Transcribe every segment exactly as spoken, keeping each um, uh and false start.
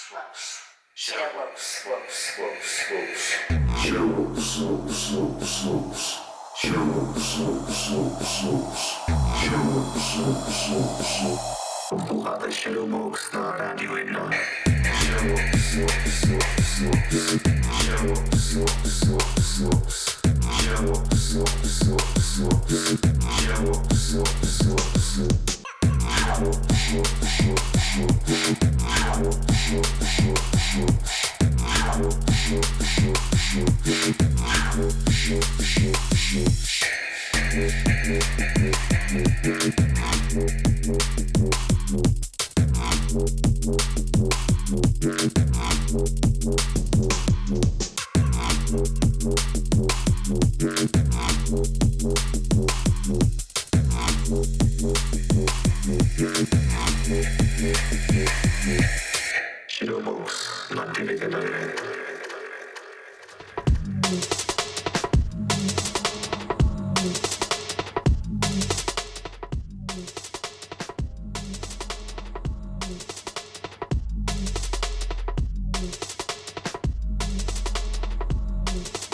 Posloucháte Shadowbox na rádiu jedna. Shadowbox na Activity Direct. Thank you.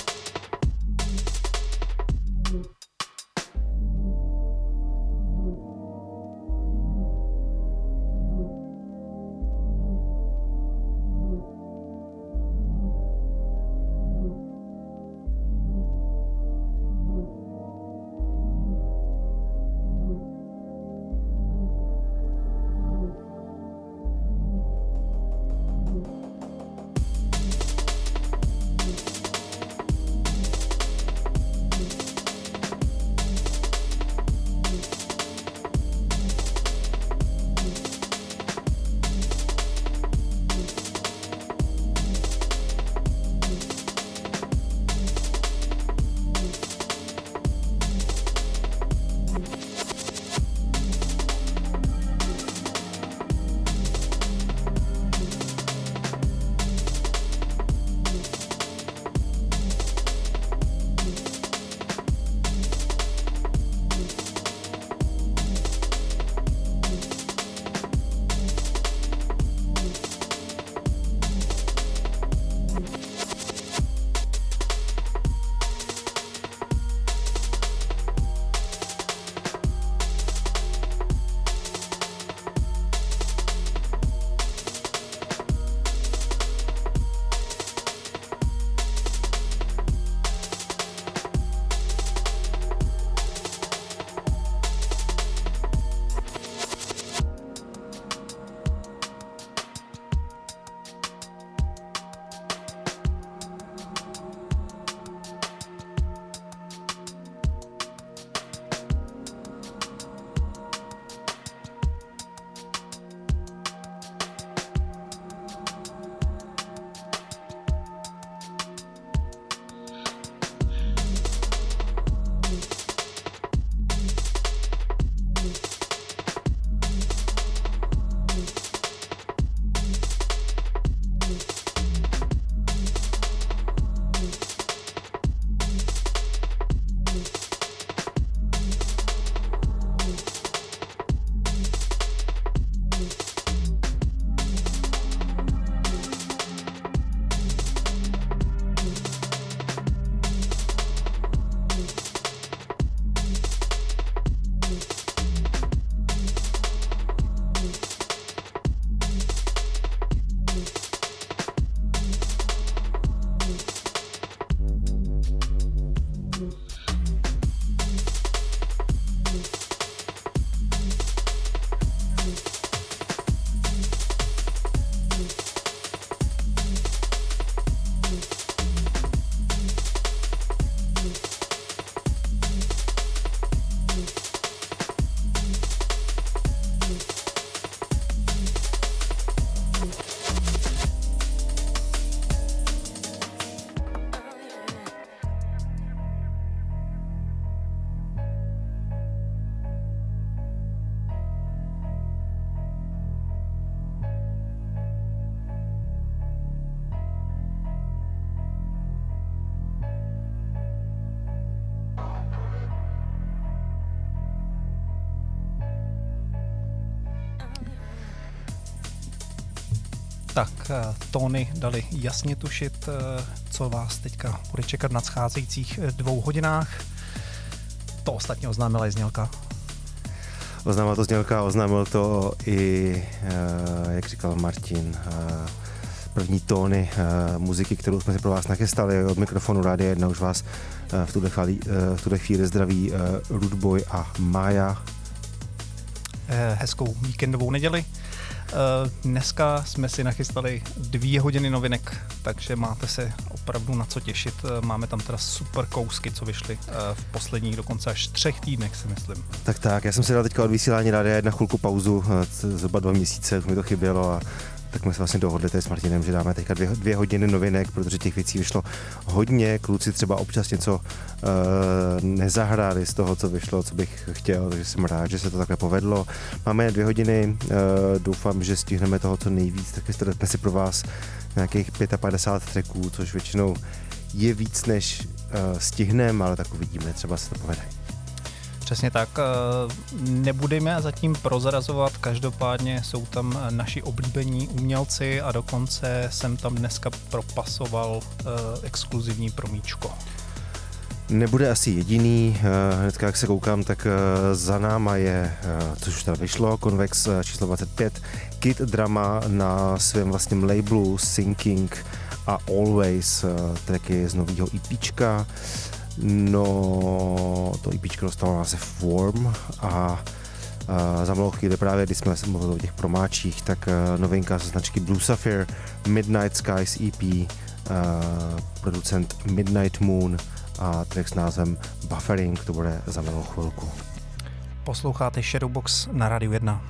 Tak tóny dali jasně tušit, co vás teďka bude čekat na scházejících dvou hodinách. To ostatně oznámila i znělka. Oznámil to znělka, oznámil to i, jak říkal Martin, první tóny muziky, kterou jsme si pro vás nachystali. Od mikrofonu Rádia jedna už vás v tuhle chvíli, v tuhle chvíli zdraví Rudeboy a Mája. Hezkou víkendovou neděli. Dneska jsme si nachystali dvě hodiny novinek, takže máte se opravdu na co těšit. Máme tam teda super kousky, co vyšly v posledních dokonce až třech týdnech, si myslím. Tak tak, já jsem si dal teďka od vysílání Rádia jedna chvilku pauzu, zhruba dva měsíce, už mi to chybělo a tak jsme se vlastně dohodli tady s Martinem, že dáme teďka dvě, dvě hodiny novinek, protože těch věcí vyšlo hodně, kluci třeba občas něco uh, nezahráli z toho, co vyšlo, co bych chtěl, takže jsem rád, že se to takhle povedlo. Máme dvě hodiny, uh, doufám, že stihneme toho co nejvíc, tak jsme si pro vás nějakých padesát pět tracků, což většinou je víc, než uh, stihneme, ale tak uvidíme, třeba se to povede. Přesně tak, nebudeme zatím prozrazovat, každopádně jsou tam naši oblíbení umělci a dokonce jsem tam dneska propasoval exkluzivní promíčko. Nebude asi jediný, hnedka jak se koukám, tak za náma je, což už teda vyšlo, Convex číslo dvacet pět, Kid Drama na svém vlastním labelu Sinking a Always, tracky z nového EPčka. No, to EPčko dostalo název Warm a, a za malou chvíli právě, když jsme mluvili o těch promáčích, tak uh, novinka ze značky Blue Sapphire, Midnight Skies E P, uh, producent Midnight Moon a track s názvem Buffering, to bude za malou chvilku. Posloucháte Shadowbox na Rádiu jedna.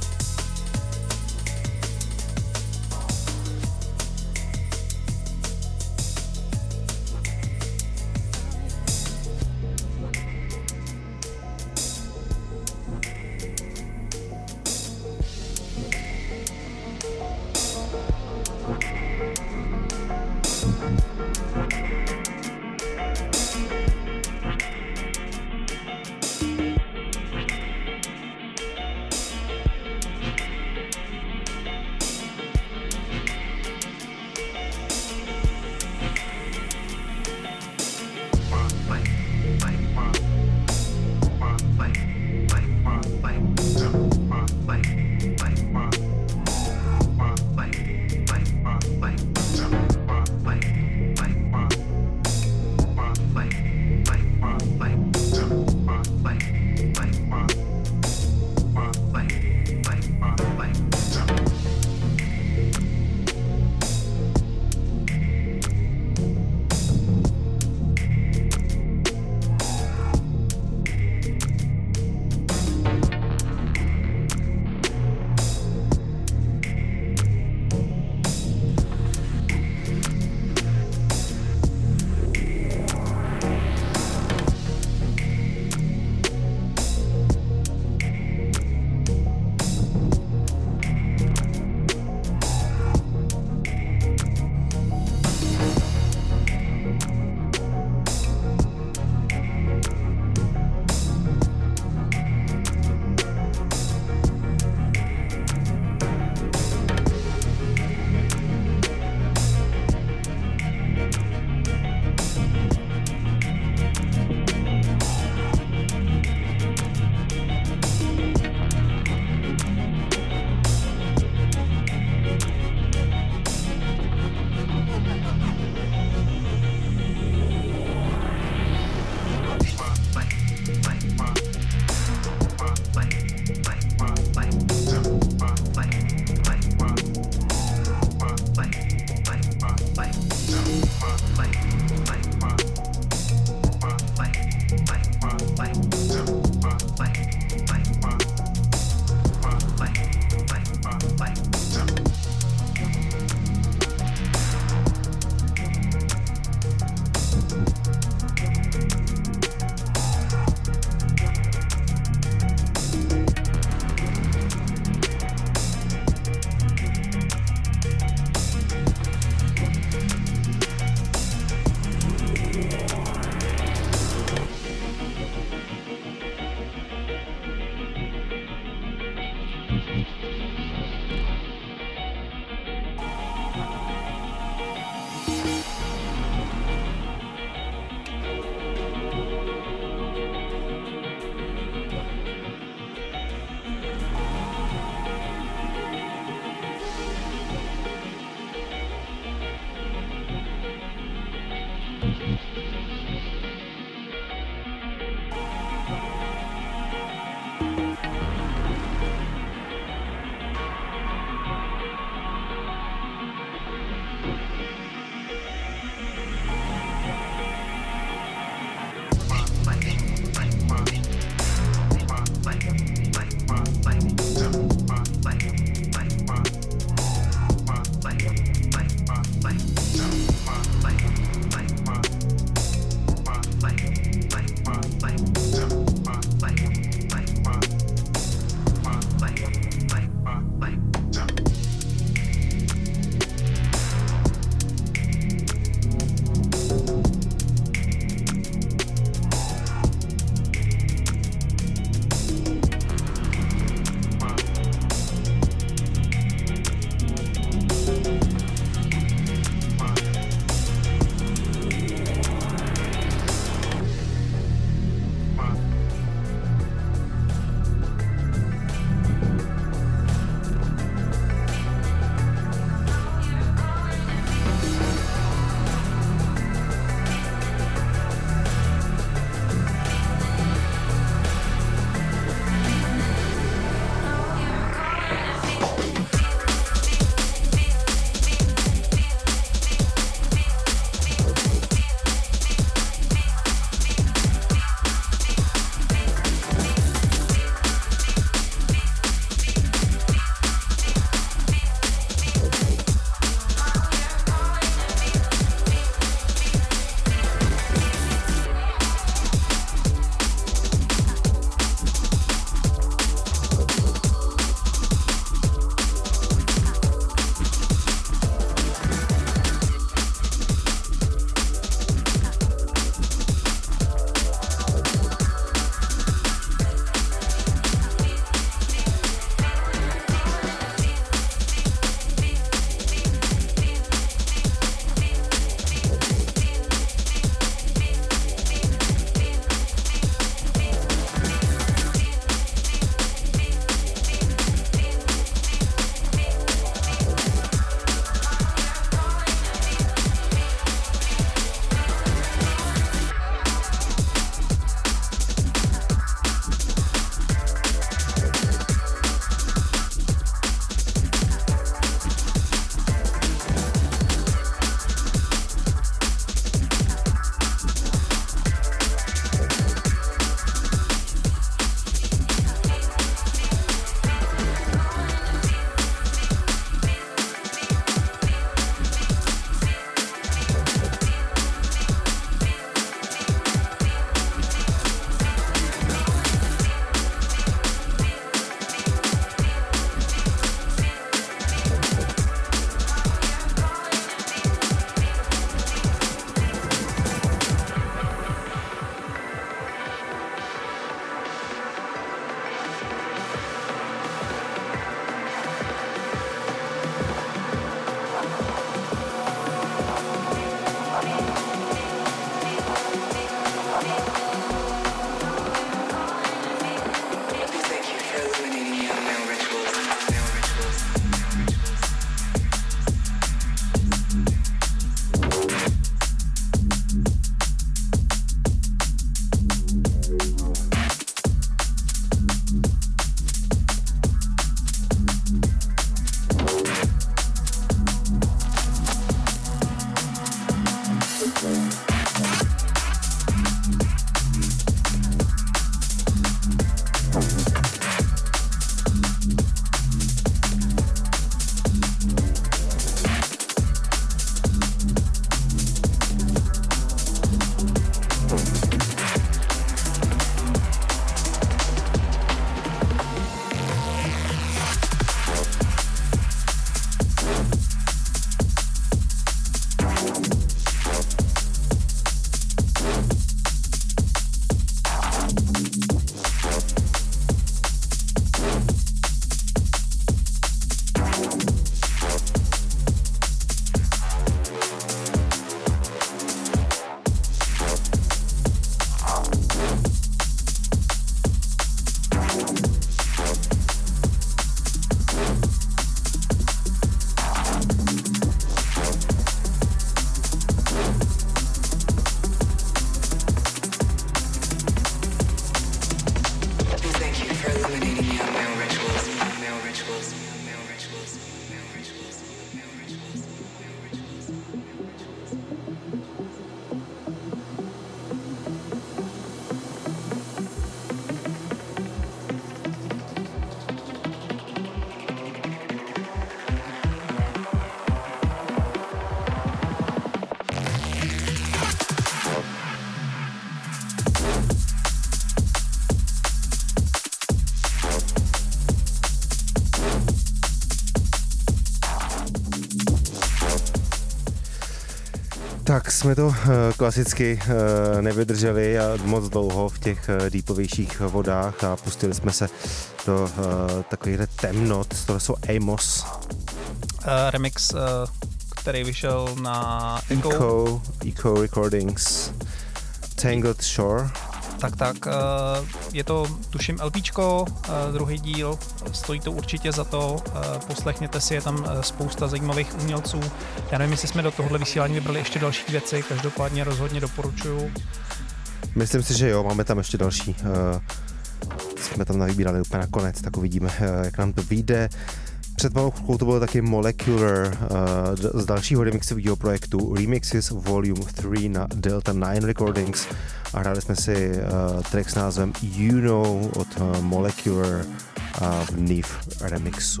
Tak jsme to uh, klasicky uh, nevydrželi a moc dlouho v těch uh, deepovějších vodách a pustili jsme se do uh, takovýchhle temnot, to jsou Amos. Uh, remix, uh, který vyšel na Echo. Echo, Echo Recordings, Tangled Shore. Tak, tak, uh, je to, tuším, LPčko, uh, druhý díl, stojí to určitě za to, uh, poslechněte si, je tam uh, spousta zajímavých umělců. Já nevím, jestli jsme do tohohle vysílání vybrali ještě další věci, každopádně rozhodně doporučuju. Myslím si, že jo, máme tam ještě další. Uh, jsme tam navybírali úplně nakonec, tak uvidíme, uh, jak nám to vyjde. Před malou chvilkou to bylo taky Molecular uh, z dalšího remixového projektu Remixes Volume tři na Delta nine Recordings a hráli jsme si uh, track s názvem You Know od uh, Molecular uh, v N I F remixu.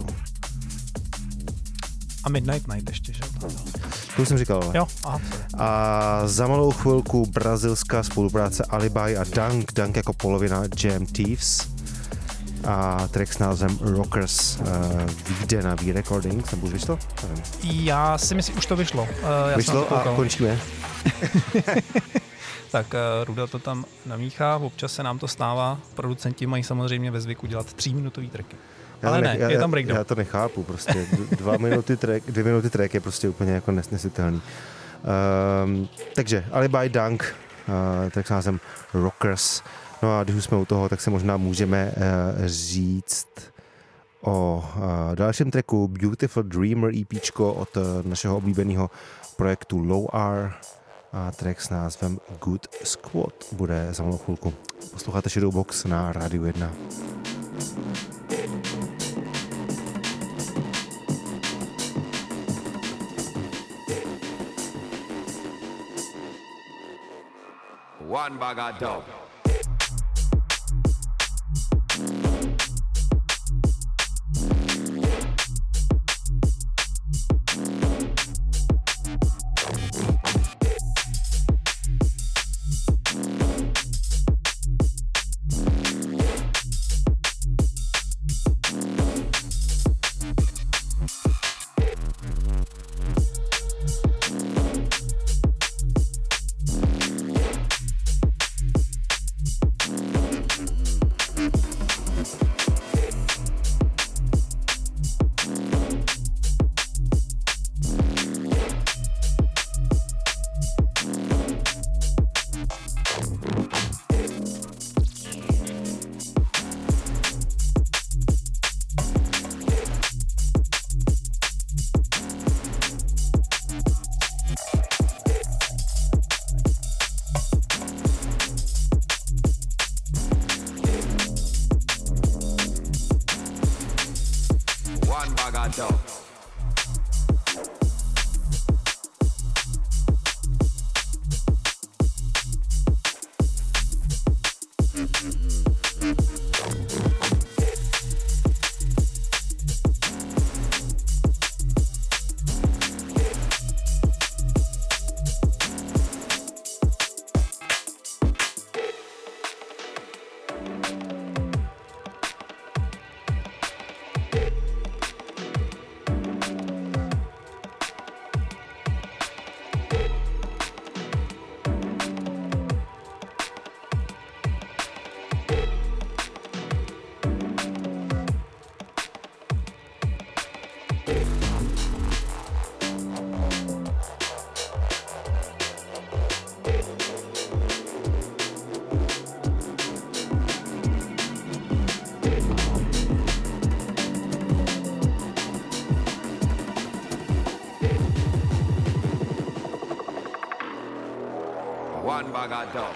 A Midnight Night ještě, že? To už jsem říkal, ale. Jo, aha. A za malou chvilku brazilská spolupráce Alibi a Dunk, Dunk jako polovina Jam Thieves. A track s názvem Rockers uh, vyjde na V-Recordings, nebo už vyšlo? Nevím. Já si myslím, už to vyšlo. Uh, já vyšlo a končíme. Tak uh, Ruda to tam namíchá, občas se nám to stává. Producenti mají samozřejmě ve zvyku dělat tříminutový tracky. Já Ale nech, ne, já, je tam breakdown. Já to nechápu, prostě dva minuty track, dvě minuty track je prostě úplně jako nesnesitelný. Um, takže Alibi Dunk, uh, track s názvem Rockers. No a když už jsme u toho, tak se možná můžeme uh, říct o uh, dalším tracku Beautiful Dreamer EPčko od uh, našeho oblíbeného projektu Low R a track s názvem Good Squad bude za malou chvilku. Posloucháte Shadowbox na Rádiu jedna. One bag of dub. One bag of dub.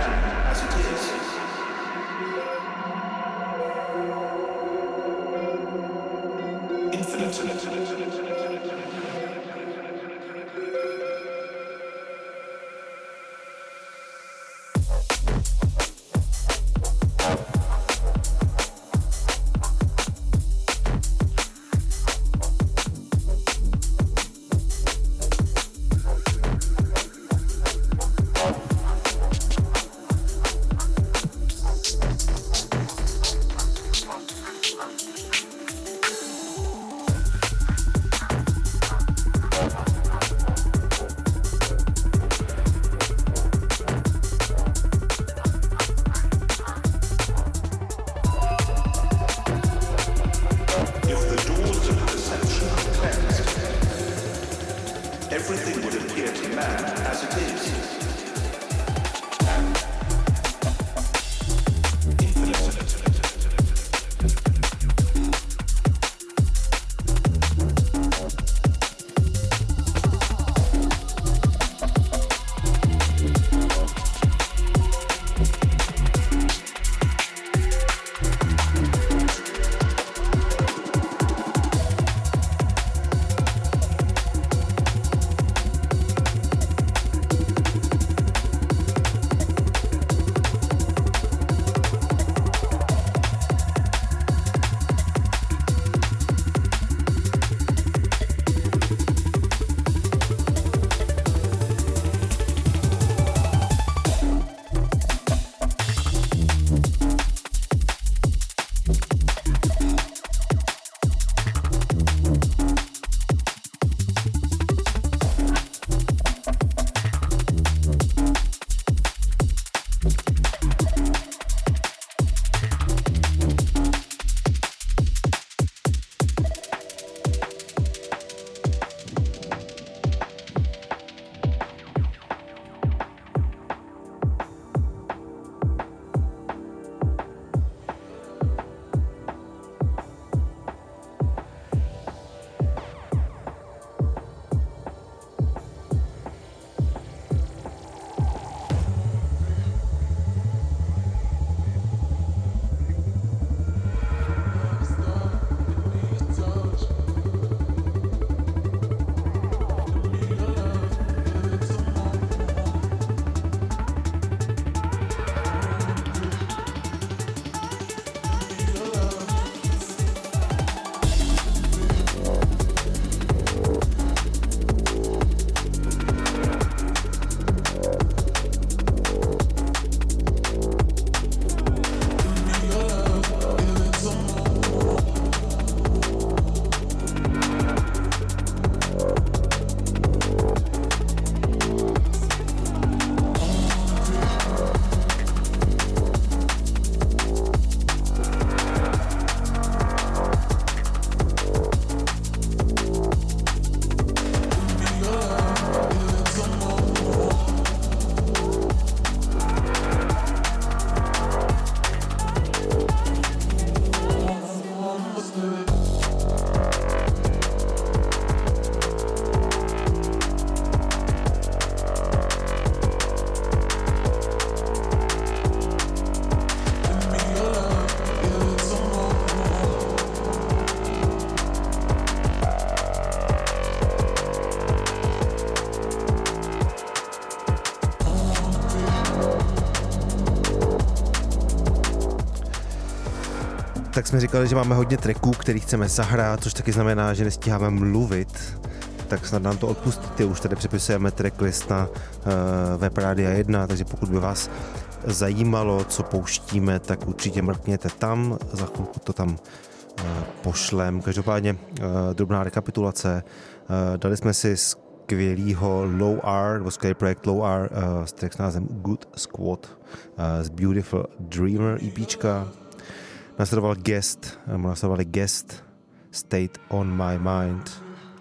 as it is. Tak jsme říkali, že máme hodně tracků, který chceme zahrát, což taky znamená, že nestíháme mluvit, tak snad nám to odpustíte. Už tady přepisujeme tracklist na uh, web Rádia jedna, takže pokud by vás zajímalo, co pouštíme, tak určitě mrkněte tam, za chvilku to tam uh, pošlem. Každopádně uh, drobná rekapitulace. Uh, dali jsme si skvělýho Low R, nebo skvělý projekt Low R uh, s track s názvem Good Squad uh, z Beautiful Dreamer EPčka. Nasledoval Guest, nebo nasledovali Guest State on My Mind.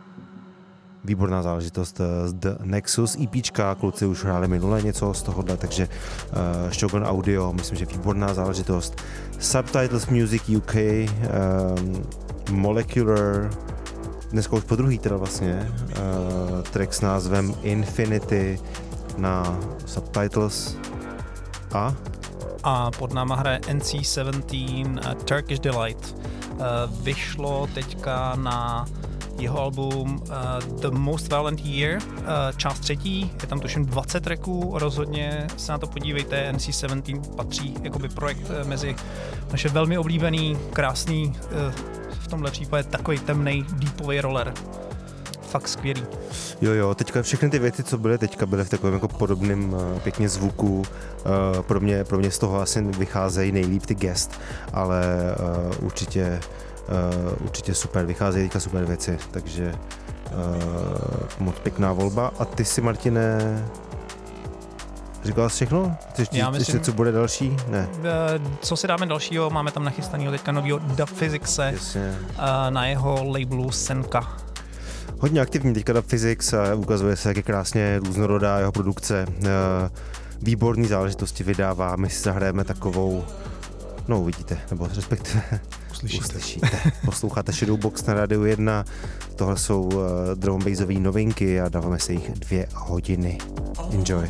Výborná záležitost z The Nexus EPčka, kluci už hráli minule něco z tohohle, takže uh, Shogun Audio, myslím, že výborná záležitost. Subtitles Music U K, um, Molecular, dneska už po druhý teda vlastně, uh, track s názvem Infinity na Subtitles. A? A pod náma hraje N C sedmnáct uh, Turkish Delight. Uh, vyšlo teďka na jeho album uh, The Most Violent Year, uh, část třetí, je tam tuším dvacet tracků, rozhodně se na to podívejte, N C sedmnáct patří jakoby projekt uh, mezi naše velmi oblíbený, krásný, uh, v tomhle případě takový temnej, deepový roller. Fakt skvělý. Jo, jo, teďka všechny ty věci, co byly teďka, byly v takovém jako podobném uh, pěkně zvuku. Uh, pro, mě, pro mě z toho asi vycházejí nejlíp ty Guest, ale uh, určitě, uh, určitě super, vycházejí teďka super věci, takže uh, moc pěkná volba. A ty si, Martine, říkal jsi všechno? Ještě, Já myslím, ještě co bude další? Ne. Co si dáme dalšího? Máme tam nachystanýho teďka novýho Dub Physicse na jeho labelu Senka. Hodně aktivní teďka Dub Physics a ukazuje se, jak je krásně různorodá jeho produkce. Výborný záležitosti vydává, my si zahrajeme takovou, no uvidíte, nebo respektive uslyšíte. uslyšíte. Posloucháte Shadowbox na Rádiu jedna, tohle jsou uh, drum and bassové novinky a dáváme se jich dvě hodiny. Enjoy.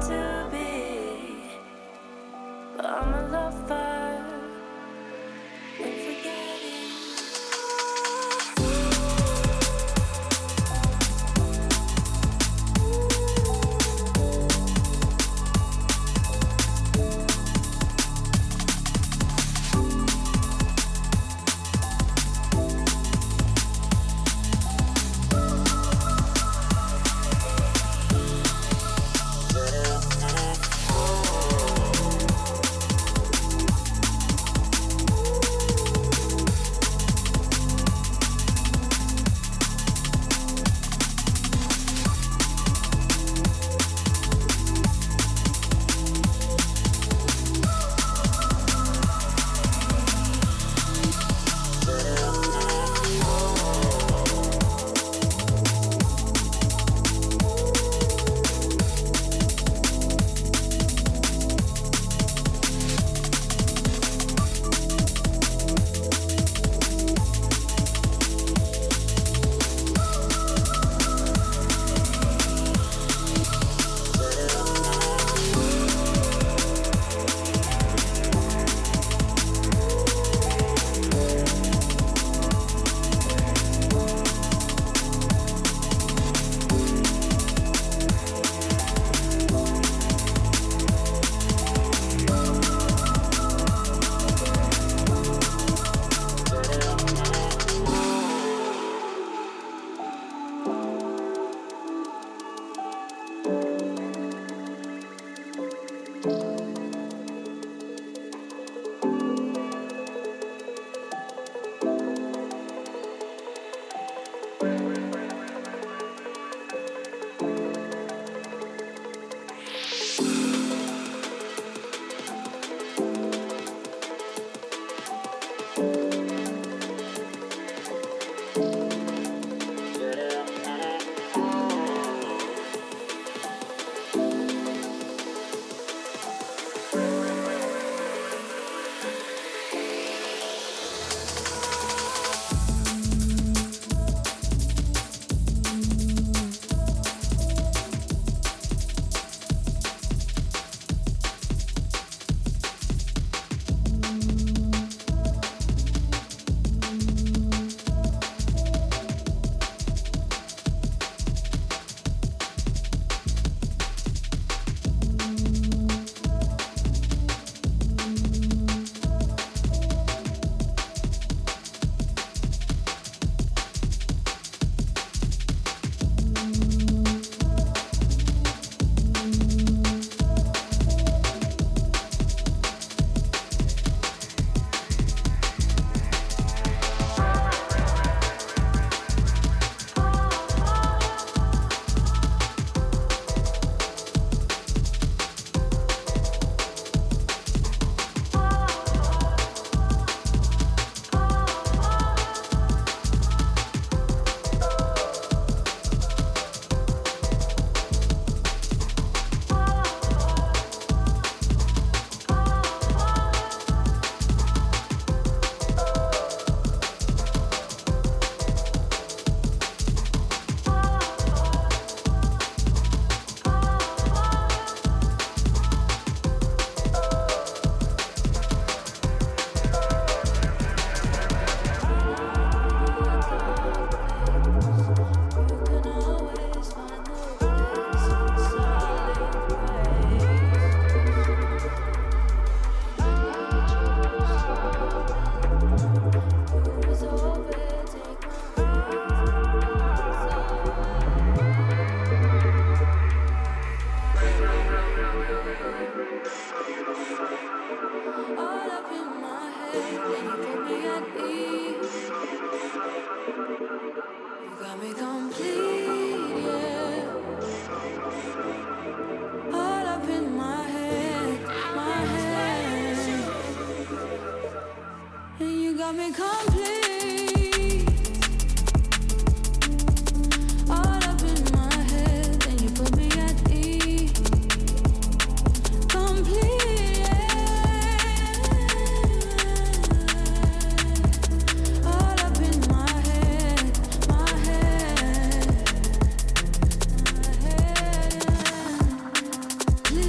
Please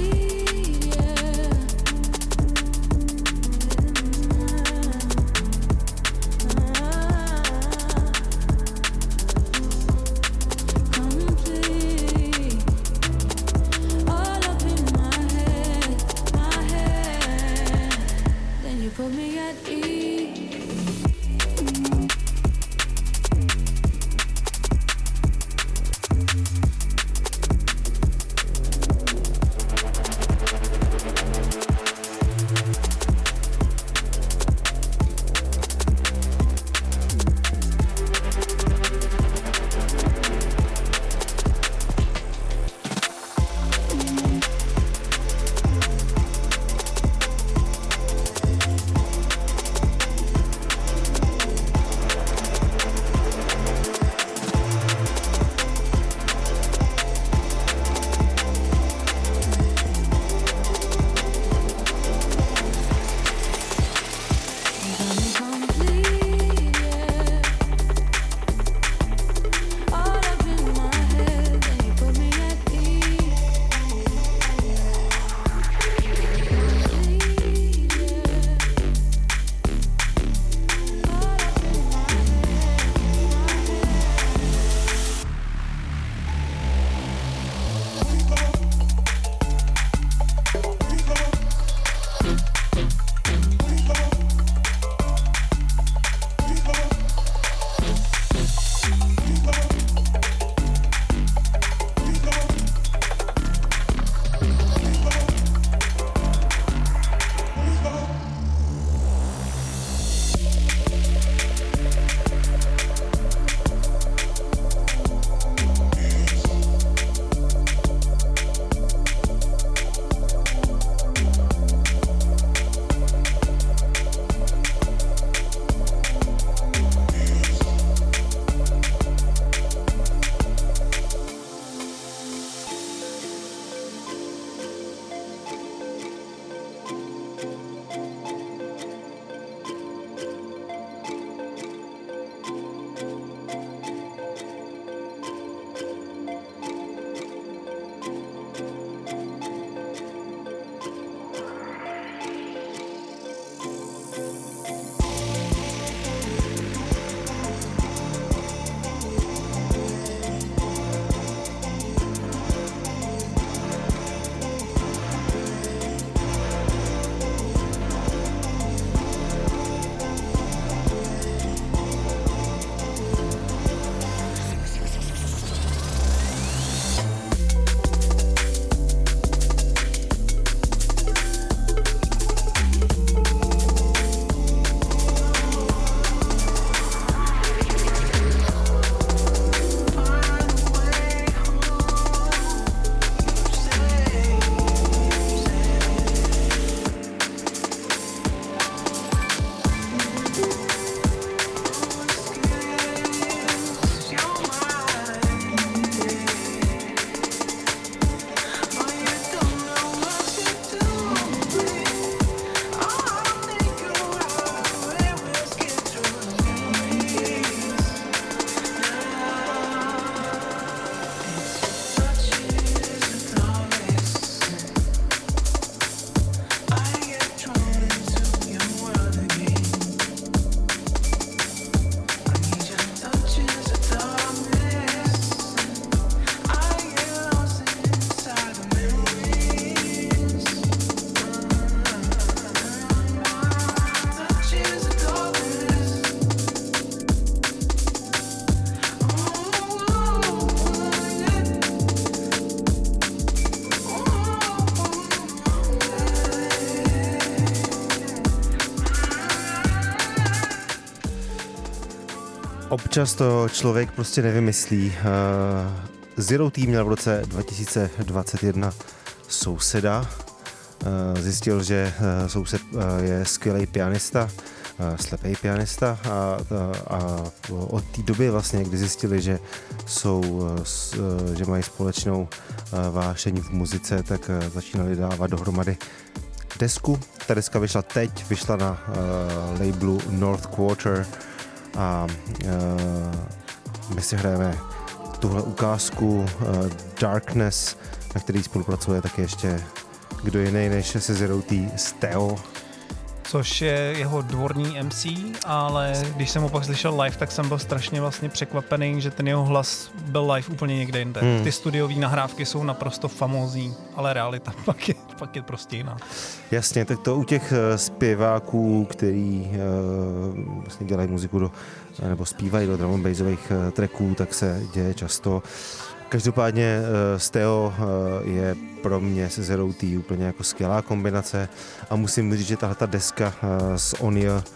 Občas to člověk prostě nevymyslí. Zero T měl v roce dva tisíce dvacet jedna souseda. Zjistil, že soused je skvělý pianista, slepý pianista a, a, a od té doby vlastně, kdy zjistili, že jsou, že mají společnou vášeň v muzice, tak začínali dávat dohromady desku. Ta deska vyšla teď, vyšla na uh, labelu North Quarter a uh, my si hrajeme tuhle ukázku uh, Darkness, na který spolupracuje taky ještě kdo jiný než se Zero T, Steo. Což je jeho dvorní M C, ale když jsem ho pak slyšel live, tak jsem byl strašně vlastně překvapený, že ten jeho hlas byl live úplně někde jinde. Hmm. Ty studiové nahrávky jsou naprosto famózní, ale realita pak je, pak je prostě jiná. Jasně, tak to u těch zpěváků, který uh, vlastně dělají muziku do, nebo zpívají do drum and bassových uh, tracků, tak se děje často. Každopádně uh, Steo uh, je pro mě se Zero T úplně jako skvělá kombinace a musím říct, že tahle ta deska uh, z Onia, uh,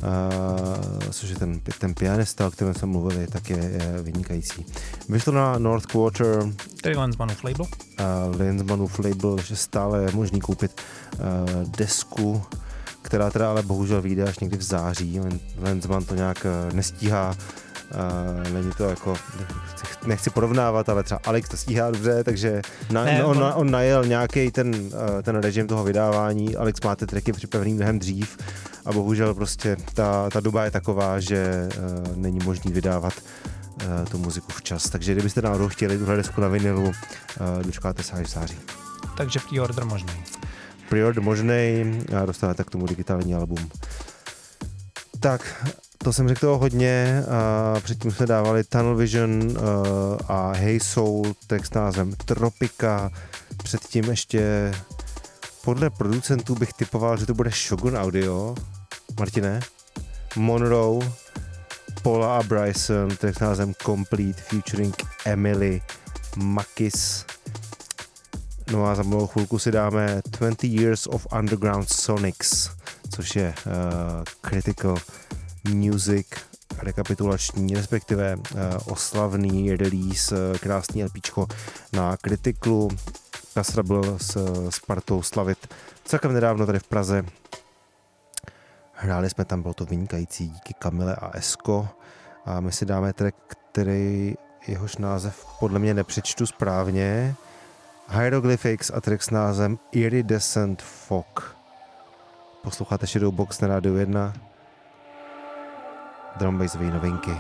což je ten, ten pianista, o kterém jsme mluvili, tak je, je vynikající. Vyšlo na North Quarter. Tedy Lensmanův label. Uh, Lensmanův label, že stále je možný koupit uh, desku, která teda ale bohužel vyjde až někdy v září. Lensman to nějak uh, nestíhá. Uh, není to jako, nechci porovnávat, ale třeba Alex to stíhá dobře, takže na, ne, on, on, on najel nějaký ten, uh, ten režim toho vydávání. Alex má ty tracky připravený mnohem dřív a bohužel prostě ta, ta doba je taková, že uh, není možný vydávat uh, tu muziku včas. Takže kdybyste náhodou chtěli tuhle desku na vinilu, uh, dočkáte se až v září. Takže pre-order možný. Pre-order možný a dostanete k tomu digitální album. Tak, to jsem řekl toho hodně, a předtím jsme dávali Tunnel Vision uh, a Hey Soul, track s názvem Tropika, předtím ještě podle producentů bych typoval, že to bude Shogun Audio, Martine, Monroe, Paula a Bryson, track s názvem Complete featuring Emily Makis. No a za mnou chvilku si dáme twenty years of Underground Sonics, což je uh, Critical Music, rekapitulační, respektive uh, oslavný release, uh, krásný LPčko na Criticlu. Kasra byl s Spartou slavit celkem nedávno tady v Praze. Hráli jsme tam, bylo to vynikající díky Kamile a Esko. A my si dáme track, který jehož název podle mě nepřečtu správně. Hieroglyphics a track s názvem Iridescent Fog. Posloucháte Shadowbox na Rádiu jedna. Drum bassové novinky.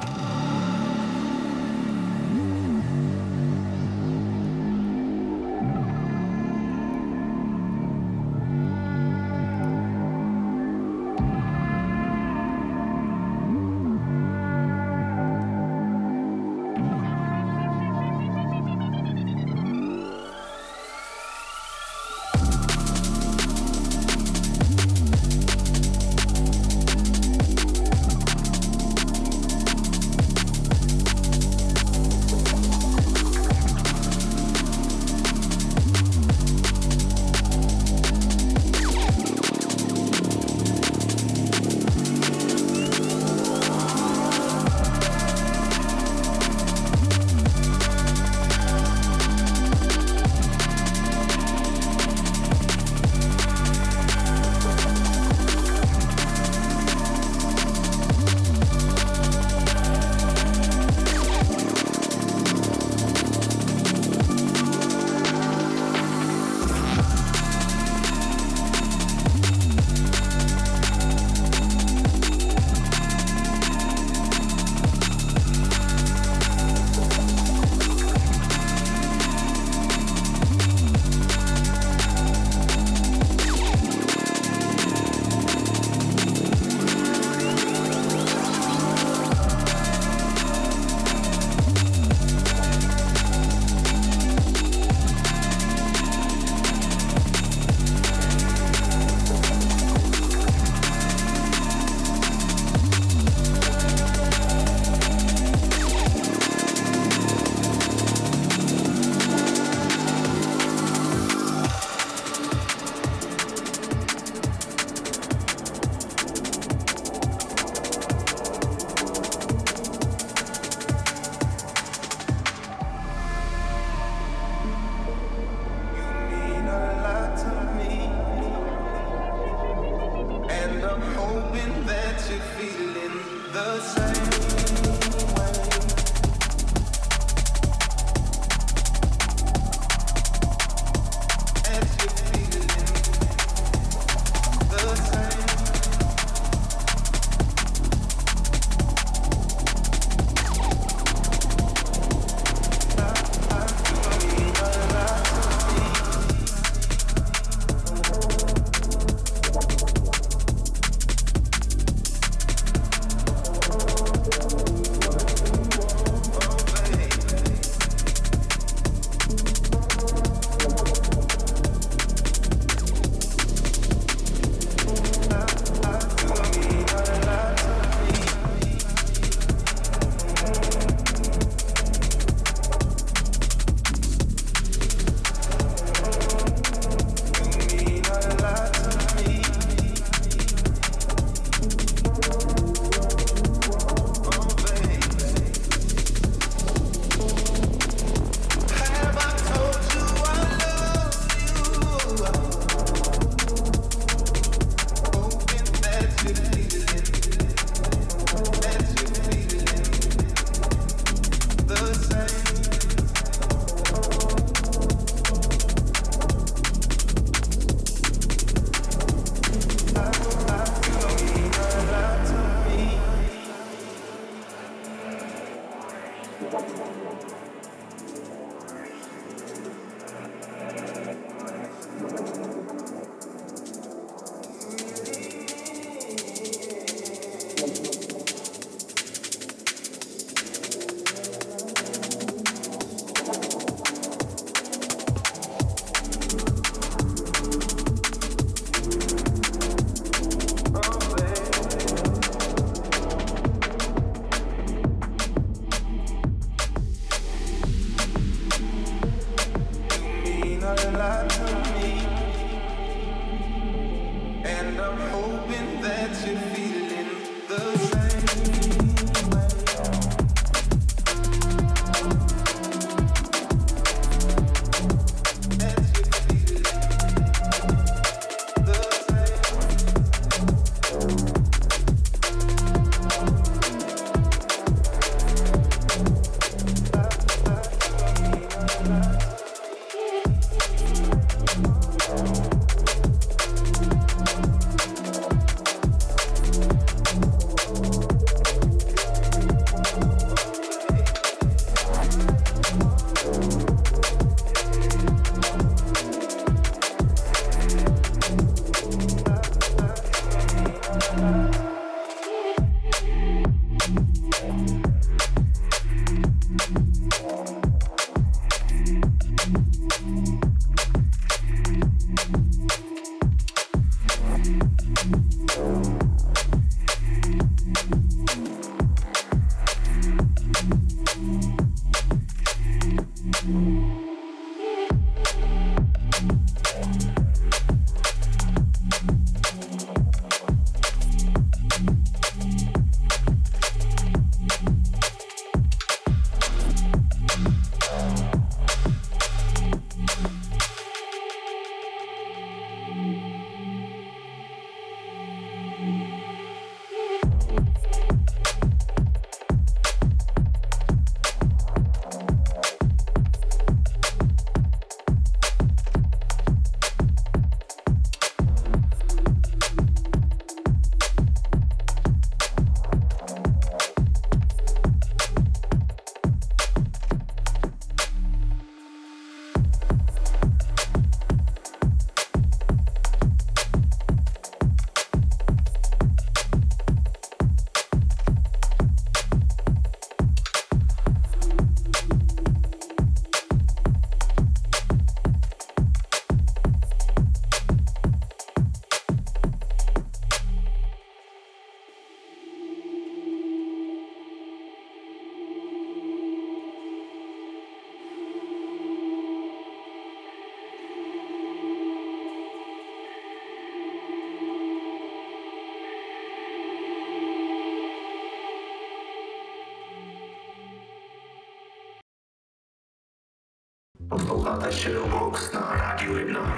Posloucháte Shadowbox na Rádiu jedna.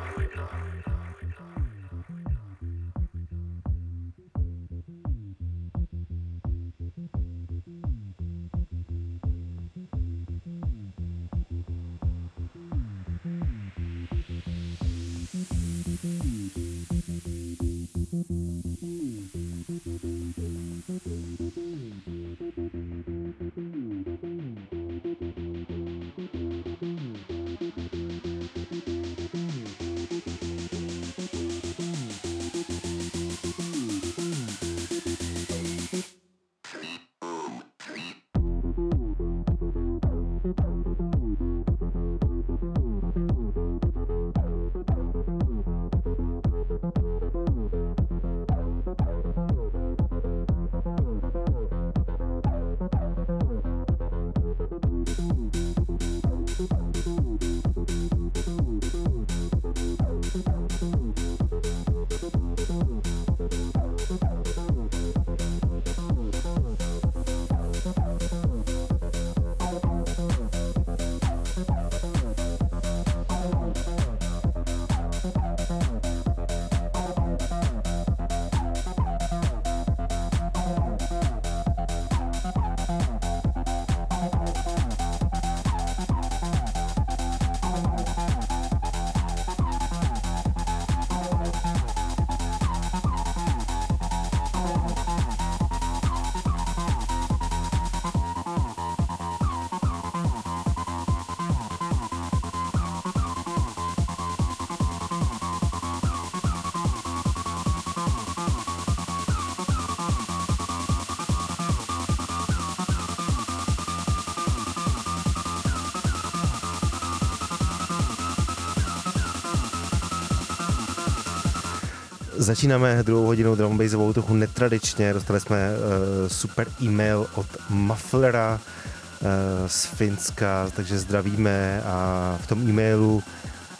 Začínáme druhou hodinou drum bassovou trochu netradičně. Dostali jsme uh, super e-mail od Mufflera uh, z Finska, takže zdravíme a v tom e-mailu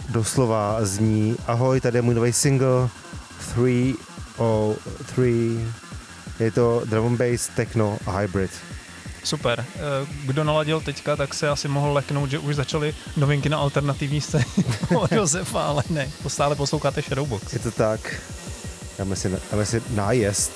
doslova zní: ahoj, tady je můj nový single tři nula tři, je to drum and bass, techno a hybrid. Super. Kdo naladil teďka, tak se asi mohl leknout, že už začaly novinky na alternativní scéně od Josefa, ale ne. Stále posloucháte Shadowbox. Je to tak. Dáme si, dáme si nájezd.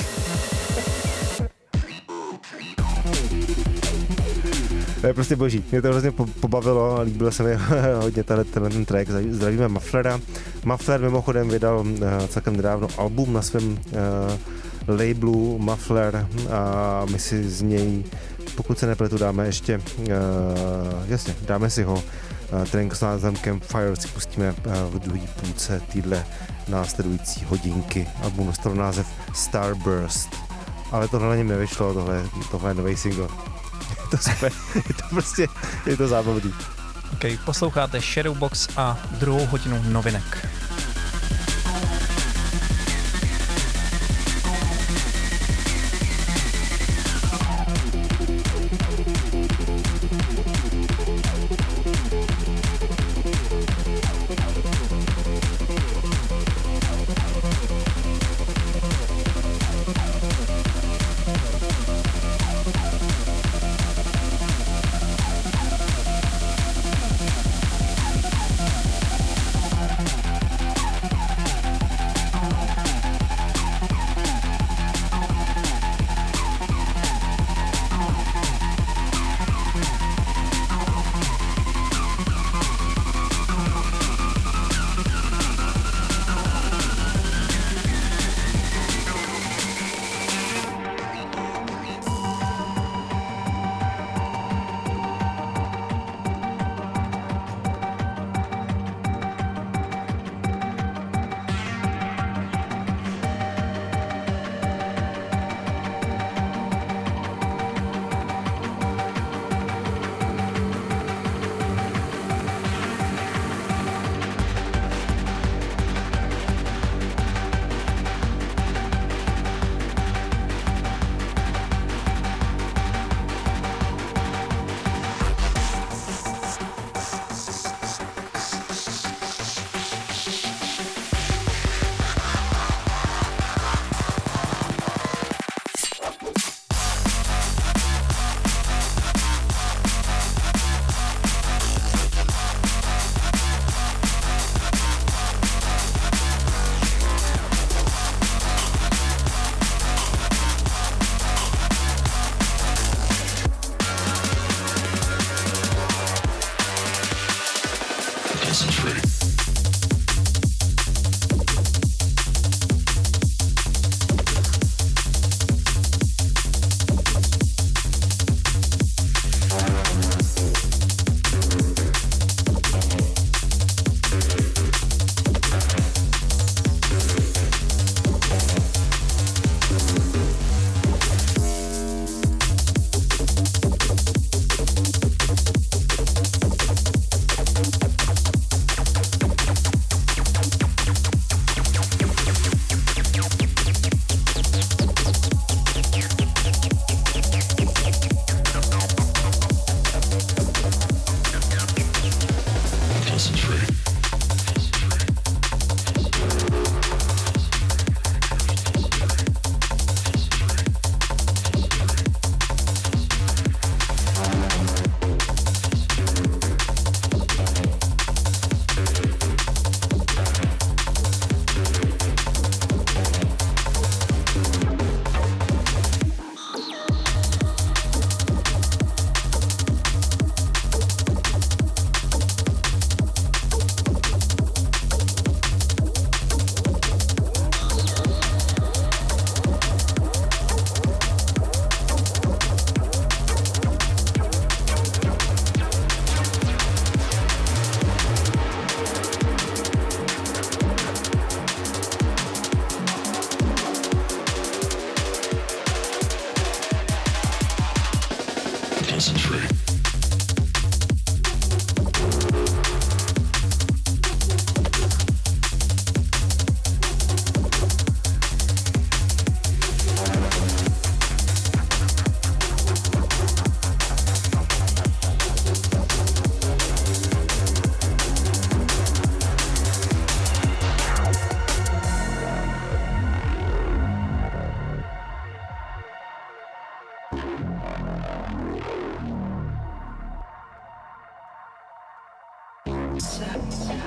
To je prostě boží. Mě to hrozně pobavilo a líbilo se mi hodně tenhle, tenhle ten track. Zdravíme Mufflera. Muffler mimochodem vydal uh, celkem nedávno album na svém uh, labelu Muffler a my si z něj, pokud se nepletu, dáme ještě, uh, jasně, dáme si ho. Uh, track s názvem Campfire si pustíme uh, v druhé půlce týdle následující hodinky. Album dostal název Starburst. Ale tohle na něm nevyšlo, tohle, tohle je nový single. Je to super, je to prostě, je to zábavný. Ok, posloucháte Shadowbox a druhou hodinu novinek.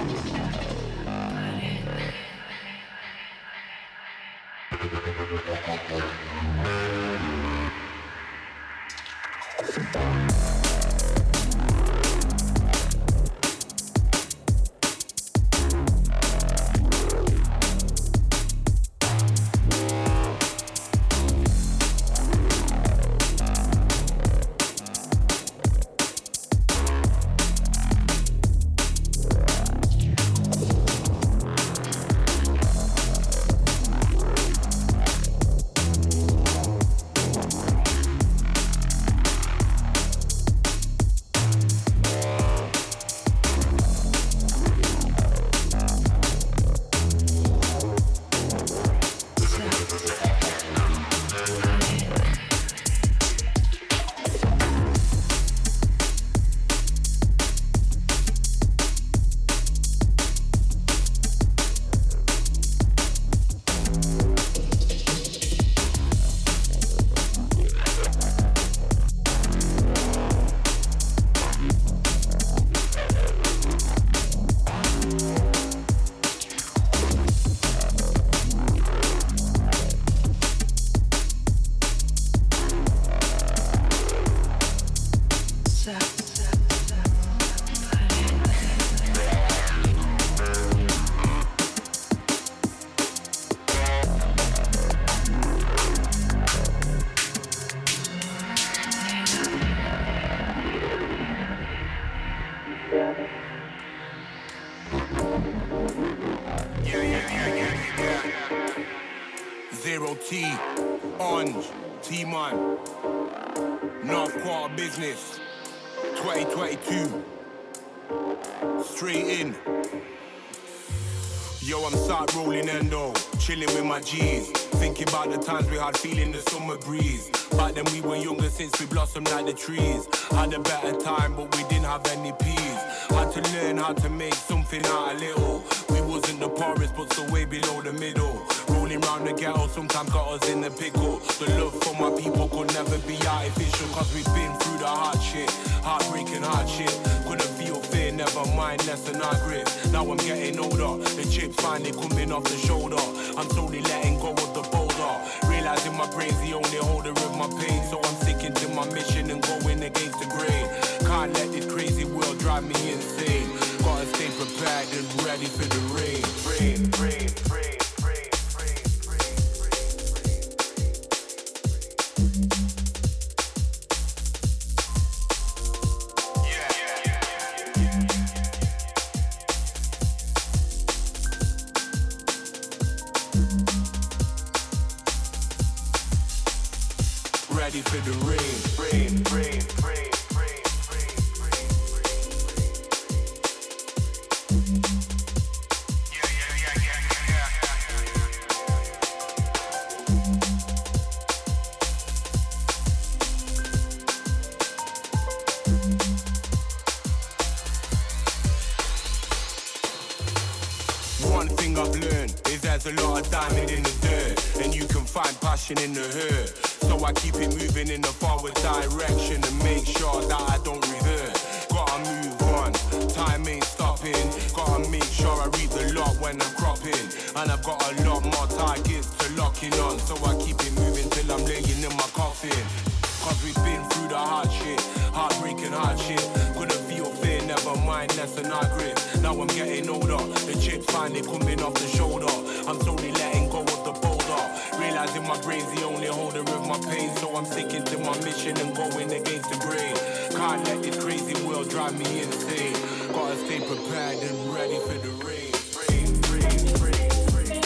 Zero T, Orange, T-Man, North Quarter Business, twenty twenty-two, straight in. Yo, I'm start rolling endo, chilling with my G's, thinking about the times we had feeling the summer breeze. Back then we were younger since we blossomed like the trees. Had a better time but we didn't have any peas. Had to learn how to make something out of little. We wasn't the poorest but still way below the middle. Rolling round the ghetto sometimes got us in the pickle. The love for my people could never be artificial, cause we've been through the hard shit, heartbreaking hardship. Couldn't feel fear, never mind less than our grip. Now I'm getting older, the chips finally coming off the shoulder. I'm slowly letting go of the boulder, realizing my brain's the only holder of my pain. So I'm sticking to my mission and going against the grain. Can't let this crazy world drive me insane. Gotta stay prepared and ready for the rain. Rain, rain, rain. Ready for the rain, rain, rain, rain, rain, rain, rain, rain. Yeah, yeah, yeah, yeah, yeah, yeah. One thing I've learned is there's a lot of diamond in the dirt, and you can find passion in the hurt. So I keep it moving in the forward direction and make sure that I don't revert. Gotta move on, time ain't stopping. Gotta make sure I read the lot when I'm cropping. And I've got a lot more targets to lock in on. So I keep it moving till I'm laying in my coffin. Cause we've been through the hard shit, heartbreaking hardship. Couldn't feel fear, never mind less than our grip. Now I'm getting older, the chips finally coming off the shoulder. I'm slowly letting go of the boulder, realizing my brain's the only holder of my pain. So I'm sticking to my mission and going against the grain. Can't let this crazy world drive me insane. Gotta stay prepared and ready for the rain. Rain, rain, rain, rain.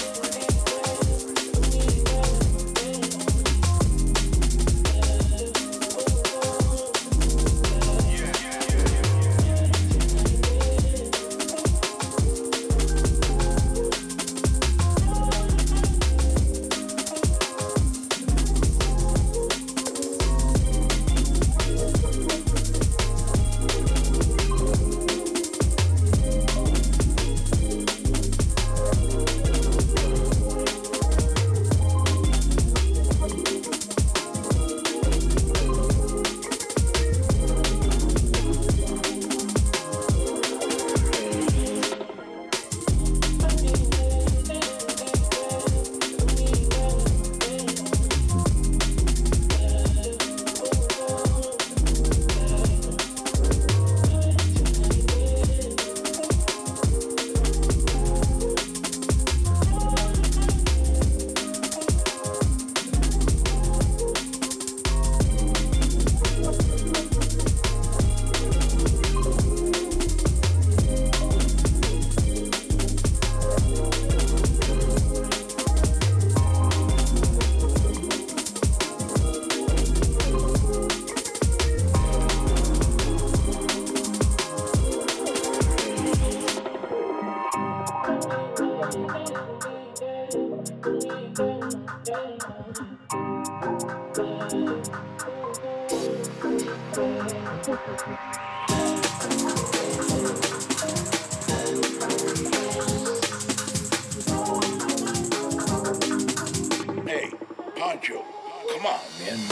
Hey, Pancho, come on, man.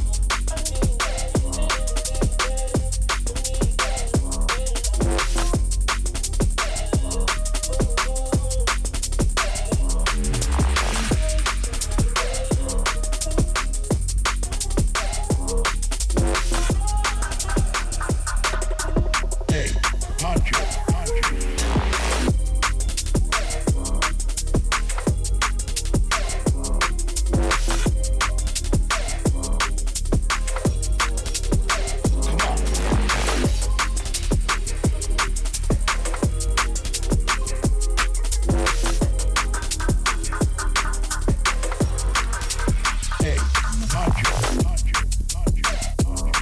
Hey, Pancho, Pancho. Hey, Pancho, Pancho, Pancho.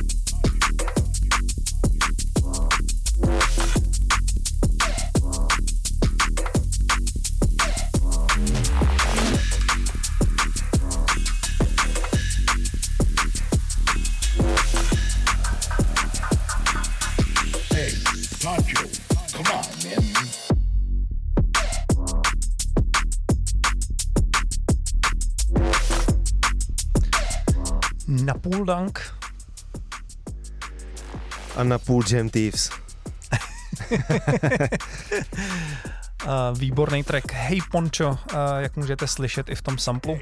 Hey, Pancho, come on, man. Na půl dunk. A na půl Jam Thieves. Uh, výborný track Hey Poncho, uh, jak můžete slyšet i v tom samplu.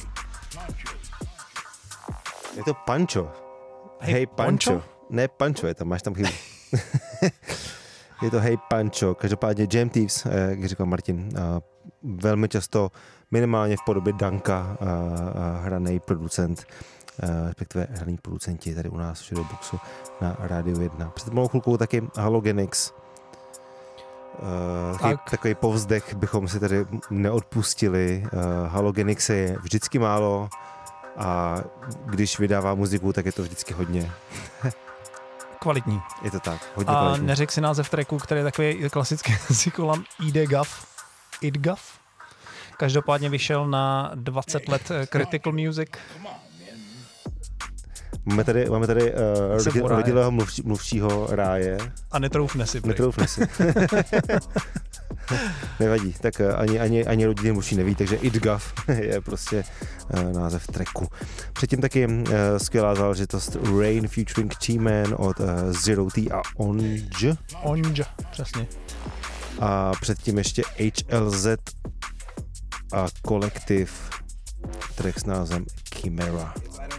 Je to Pancho. Hey, Hey Pancho. Poncho? Ne Pancho, je tam, máš tam chybu. Je to Hey Pancho. Každopádně Jam Thieves, eh, jak říkal Martin, eh, velmi často minimálně v podobě Danka eh, eh, hraný producent, eh, respektive hraný producenti tady u nás v Shadowboxu na Rádiu jedna. Před malou chvilkou taky Halogenix. Uh, Tak. Takový povzdech bychom si tady neodpustili. Uh, Halogenix je vždycky málo a když vydává muziku, tak je to vždycky hodně. Kvalitní. Je to tak, hodně A kvalitní. neřekl si název tracku, který je takový klasický jazykolam I D G A F. I D G A F. Každopádně vyšel na dvacet let eh, Critical Music. Máme tady, máme tady uh, Jsem rodi, u ráje. rodilého mluvčí, mluvčího ráje. A netroufne si. prý. Netroufne si. Nevadí, tak uh, ani, ani, ani rodinný mluvčí neví, takže I D G A F je prostě uh, název tracku. Předtím taky uh, skvělá záležitost Rain featuring T-Man od uh, Zero T a Onge. Onge, přesně. A předtím ještě H L Z a kolektiv, track s názvem Chimera.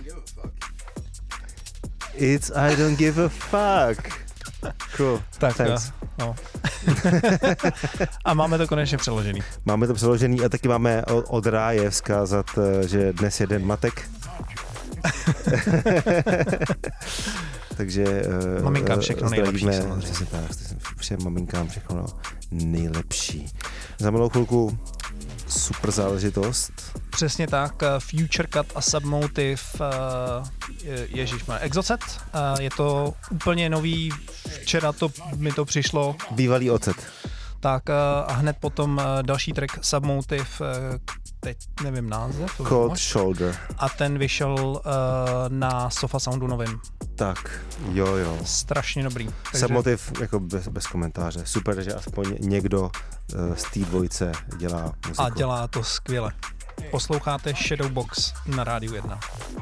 It's I don't give a fuck. Cool. Tak, Thanks. no. A máme to konečně přeložený. Máme to přeložený a taky máme od, od ráje vzkázat, eh, že dnes je den matek. Takže eh, Maminkám všechno nejlepší, zdravíme, samozřejmě. přesně tak, všem maminkám všechno nejlepší. Za malou chvilku super záležitost. Přesně tak, eh, Future Cut a Submotive, uh, ježišmar, Exocet. Uh, je to úplně nový, včera to mi to přišlo, Bývalý ocet. tak uh, a hned potom uh, další track Submotive, uh, teď nevím název. to Cold máš? Shoulder. A ten vyšel uh, na Sofa Soundu novým. Tak, jo, jo. Strašně dobrý. Submotiv jako bez, bez komentáře. Super, že aspoň někdo uh, z té dvojce dělá muziku. A dělá to skvěle. Posloucháte Shadowbox na Rádiu jedna.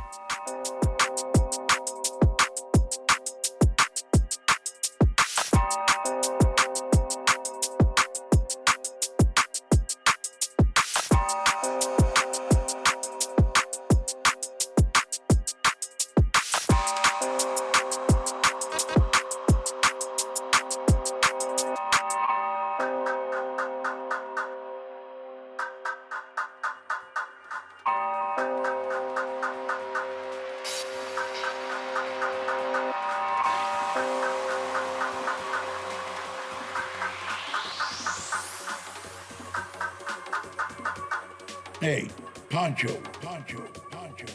Hey, Pancho, Pancho, Pancho.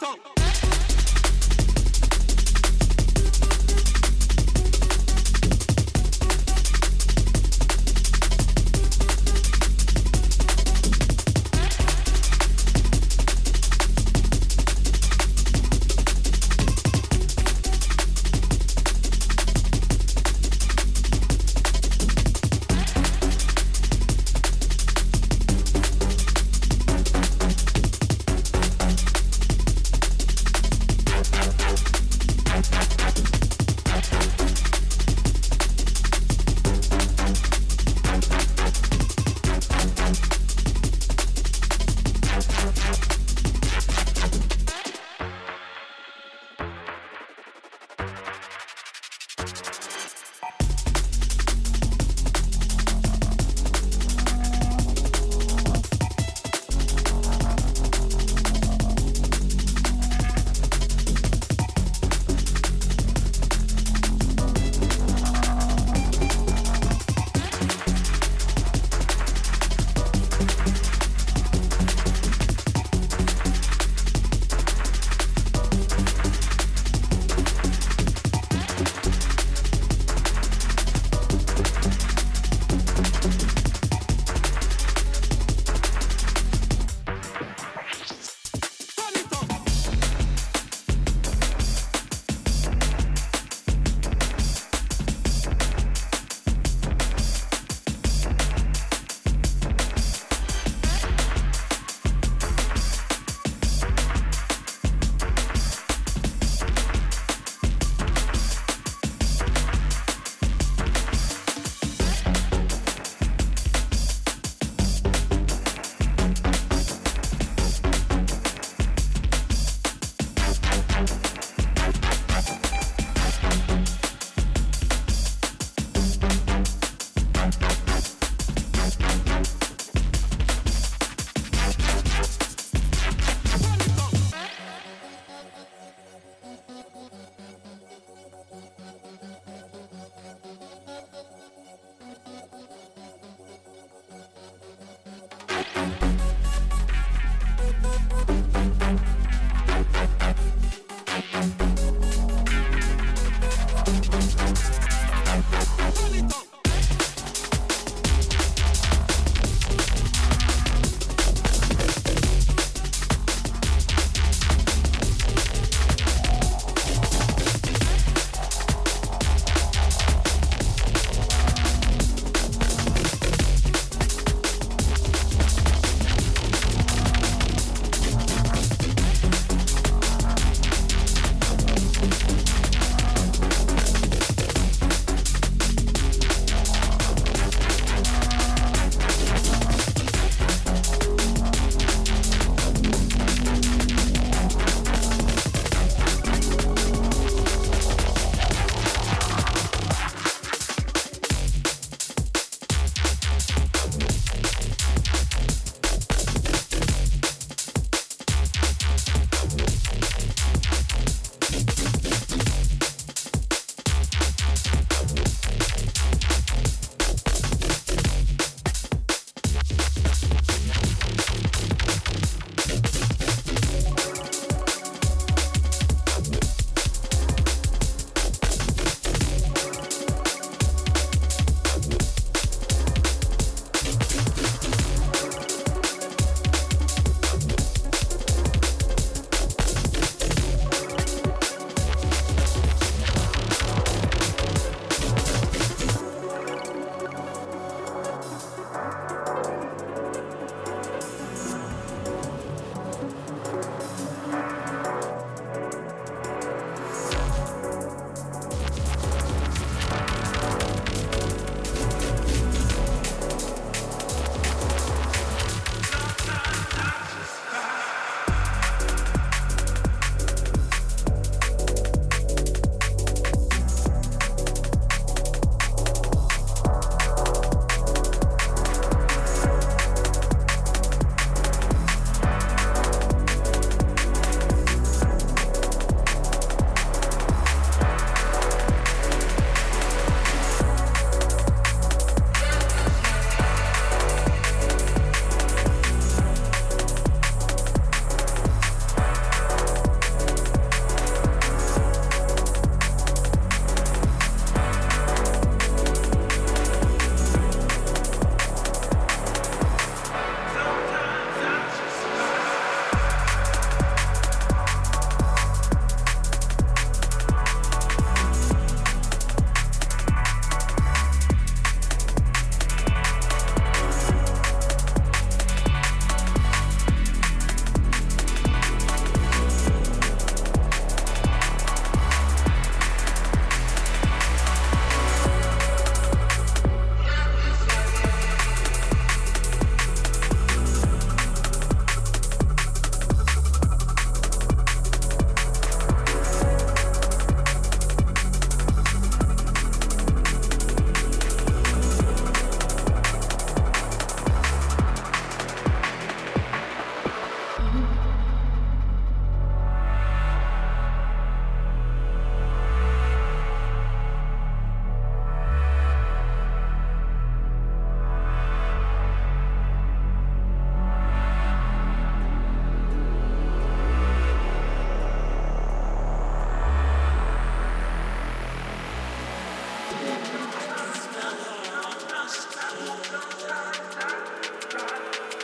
go.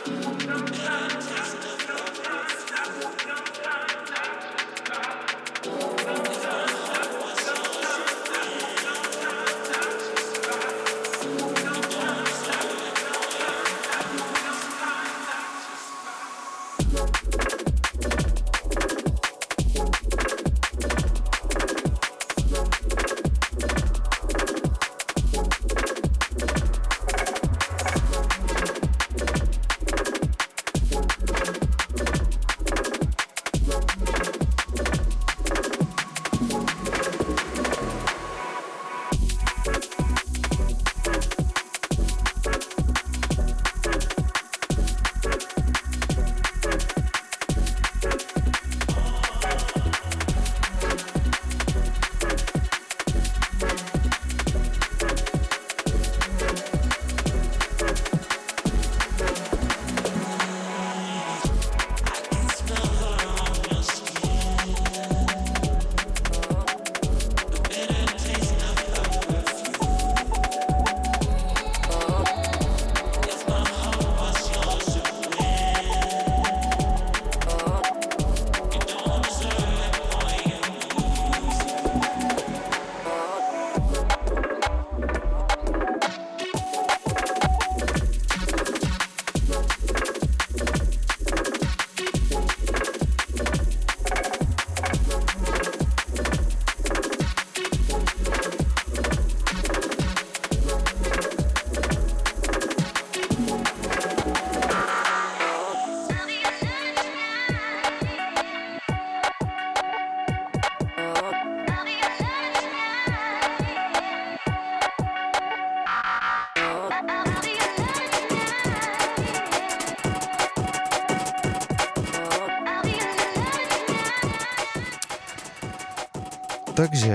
Takže.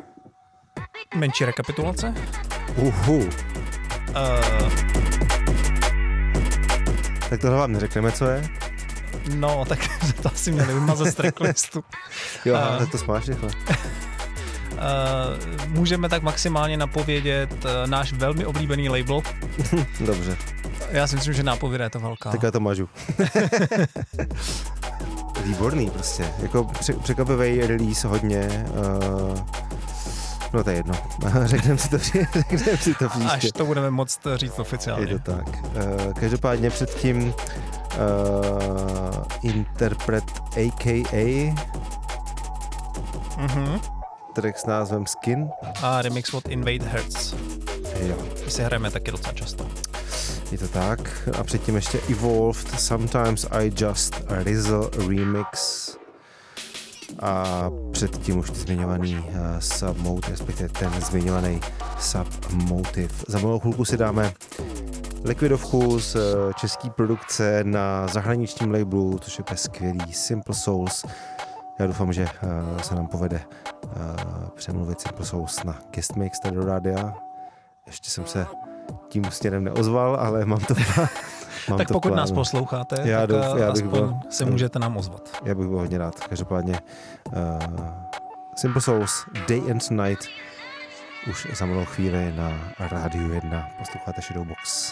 Menší rekapitulace. Uhu. Uh, tak tohle vám neřekneme, co je? no, tak to asi měli vymazat z tracklistu. Jo, Uh, tak to smáš rychle. Uh, můžeme tak maximálně napovědět uh, náš velmi oblíbený label. Dobře, Já si myslím, že nápověda je to velká. tak já to mažu. Výborný prostě, jako pře- překvapivý release hodně. Uh, no to je jedno, řekneme si to, řekneme si to příště. Až to budeme moct říct oficiálně. Je to tak. Uh, každopádně předtím uh, interpret A K A Mhm. track s názvem Skin. A remix od Invade Hertz. Jo, My si hrajeme taky docela často. je to tak. A předtím ještě Evolved, Sometimes I Just Rizzle Remix. A předtím už zmiňovaný uh, Submotive, respektive ten zmiňovaný Submotive. Za malou chvilku si dáme likvidovku z uh, české produkce na zahraničním labelu, což je skvělý Simple Souls. Já doufám, že uh, se nám povede uh, přemluvit Simple Souls na guest mix tady do rádia. Ještě jsem se tím směrem neozval, ale mám to mám Tak to pokud plánu. nás posloucháte, Já tak douf- já bych aspoň byl- se můžete nám ozvat. Já bych byl hodně rád. Každopádně uh, Simple Souls, Day and Night už za malou chvíli na Rádiu jedna. Posloucháte Shadowbox.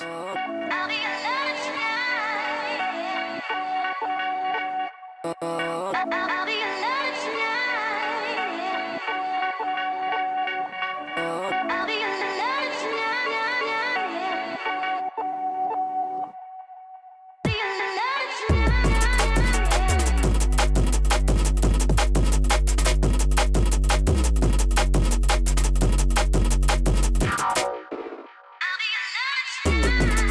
I'll be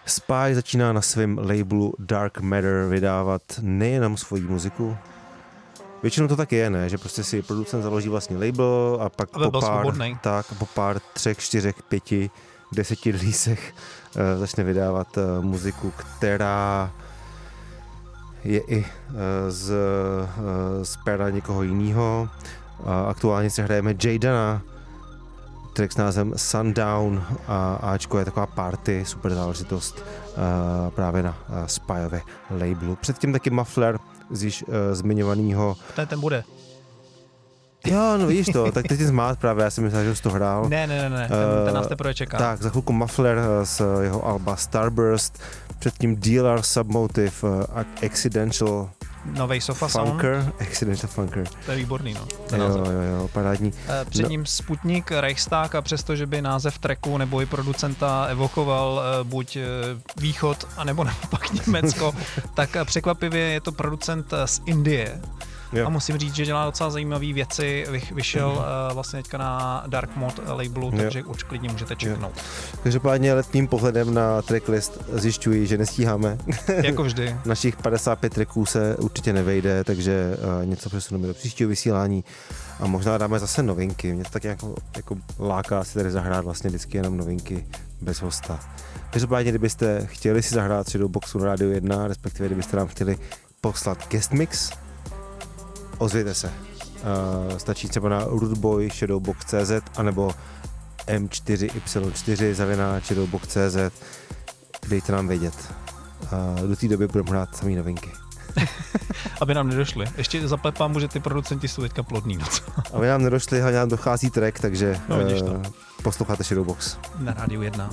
Spy začíná na svém labelu Dark Matter vydávat nejenom svoji muziku. Většinou to tak je, ne? Že prostě si producent založí vlastní label a pak Aby po pár, tak, po pár třech, čtyřech, pěti, deseti releasech uh, začne vydávat uh, muziku, která je i uh, z, uh, z pera někoho jiného. Uh, aktuálně si hrajeme Jadana, track s názvem Sundown a Ačko je taková party, super záležitost uh, právě na uh, Spyově labelu. Předtím taky Muffler z již uh, zmiňovaného. Ten, ten bude. Jo, no víš to, tak teď jsi zmát právě, já jsem myslel, že jsi to hrál. Ne, ne, ne, ne. Ten, Uh, ten nás teprve čeká. Tak, za chvilku Muffler uh, z jeho alba Starburst, předtím D L R Submotive, uh, Accidental Novej Sofa Sound. Funker, Accidental Funker. To je výborný, no. Ten Jo, název. jo, jo, parádní. Eh, Před ním Sputnik, Reichstag a přesto, že by název tracku nebo i producenta evokoval eh, buď eh, východ, anebo naopak Německo, tak eh, překvapivě je to producent eh, z Indie. Jo. A musím říct, že dělá docela zajímavé věci. Vy- Vyšel uh, vlastně teďka na Dark Mod labelu, Jo. takže už klidně můžete čeknout. Každopádně letním pohledem na tracklist zjišťuji, že nestíháme. Jako vždy. Našich padesát pět tracků se určitě nevejde, takže uh, něco přesuneme do příštího vysílání a možná dáme zase novinky. Mě to tak jako, jako láká si tady zahrát vlastně vždycky jenom novinky bez hosta. Každopádně, kdybyste chtěli si zahrát Shadowboxu na Rádiu jedna, respektive kdybyste nám chtěli poslat guest mix, ozvěte se. Uh, stačí třeba na rootboy shadowbox tečka cé zet anebo em čtyři ypsilon čtyři zavináč shadowbox tečka cé zet. Dejte nám vědět. Uh, do té doby budeme hrát samý novinky. Aby nám nedošli. Ještě zaplepám, že ty producenti jsou teďka plodný. No co? Aby nám nedošli, hlavně nám dochází track, takže No, vidíš to. uh, posloucháte Shadowbox. Na Rádiu jedna.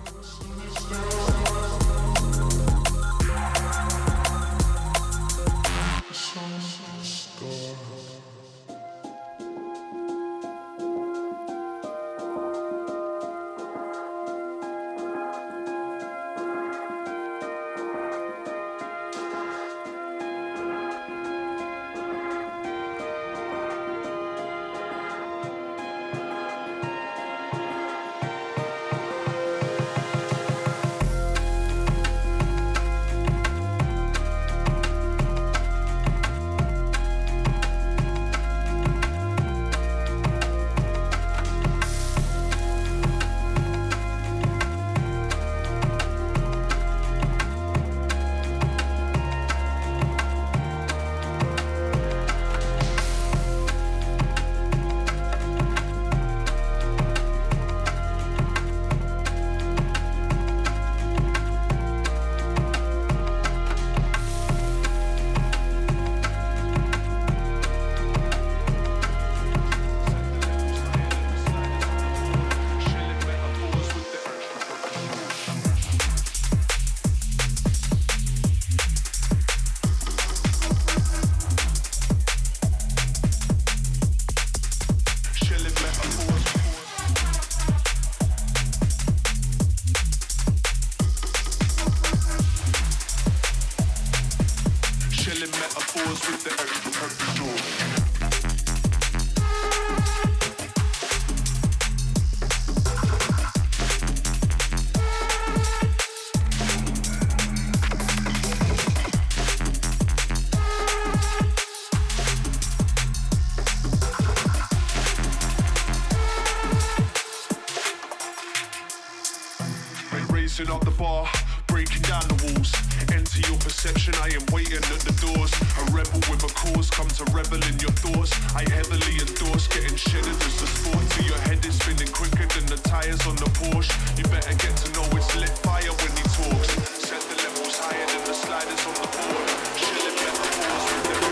Raising up the bar, breaking down the walls. Enter your perception, I am waiting at the doors. A rebel with a cause, come to revel in your thoughts. I heavily endorse getting shitted as a sport. Till your head is spinning quicker than the tires on the Porsche. You better get to know it's lit fire when he talks. Set the levels higher than the sliders on the board. Chilling metaphors with the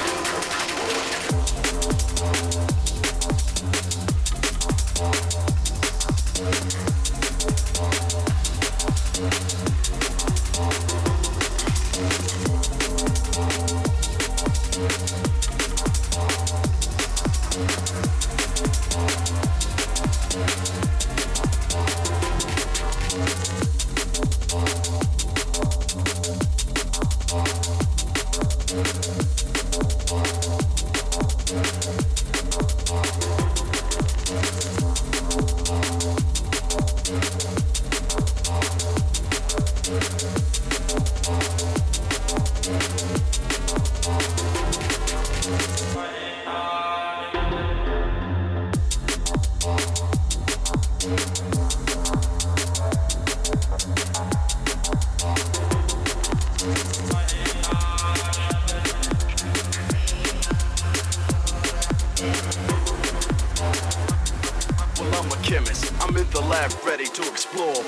lab ready to explore.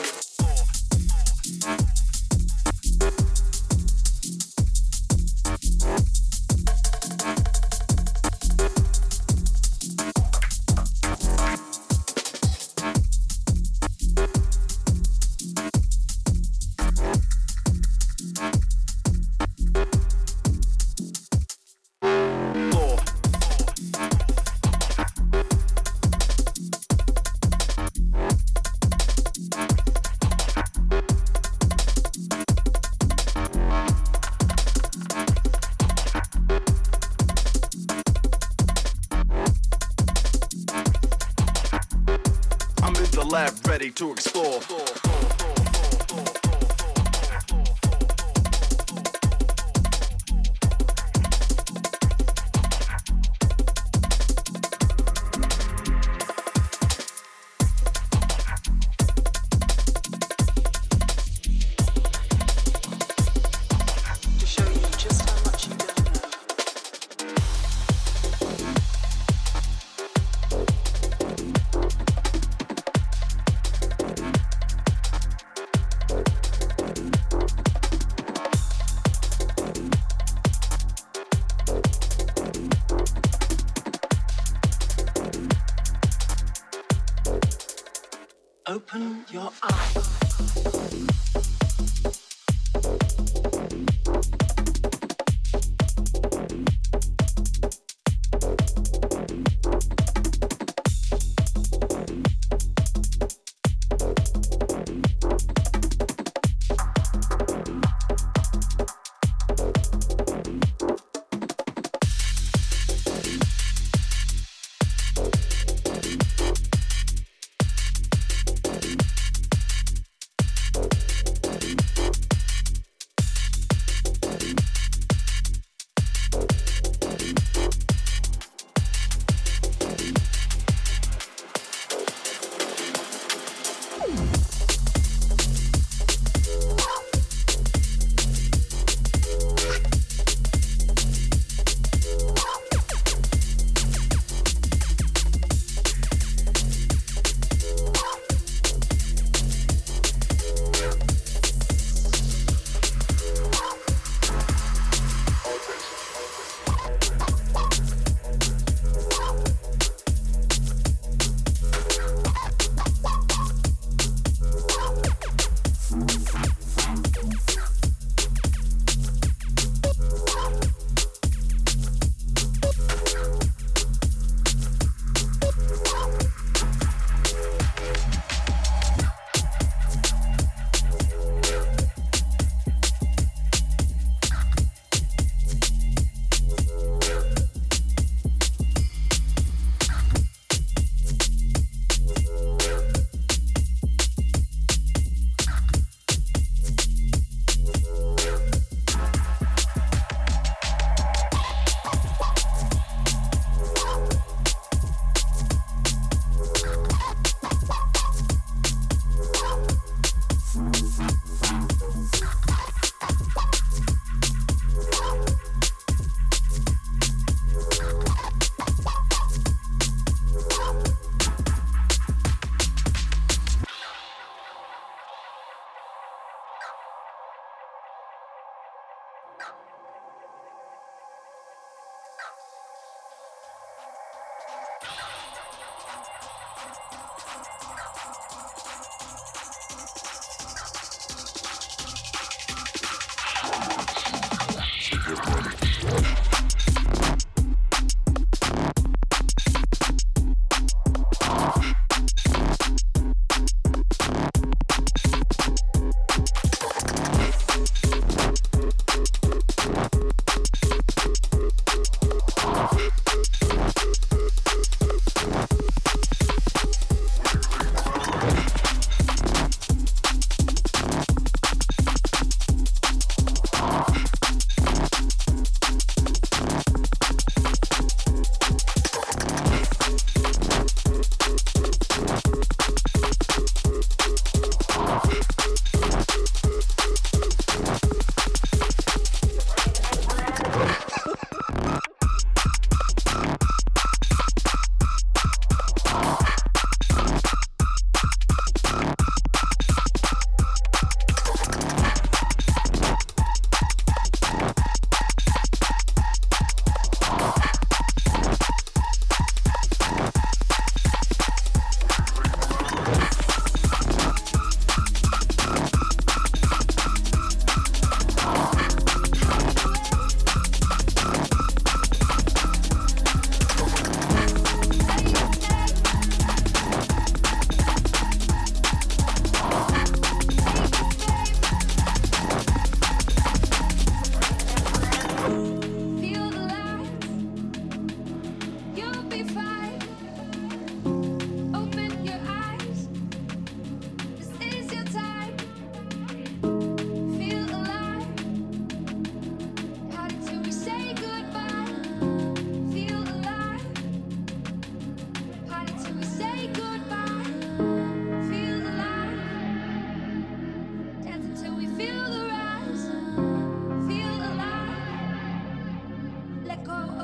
Ready to explore. Open your eyes.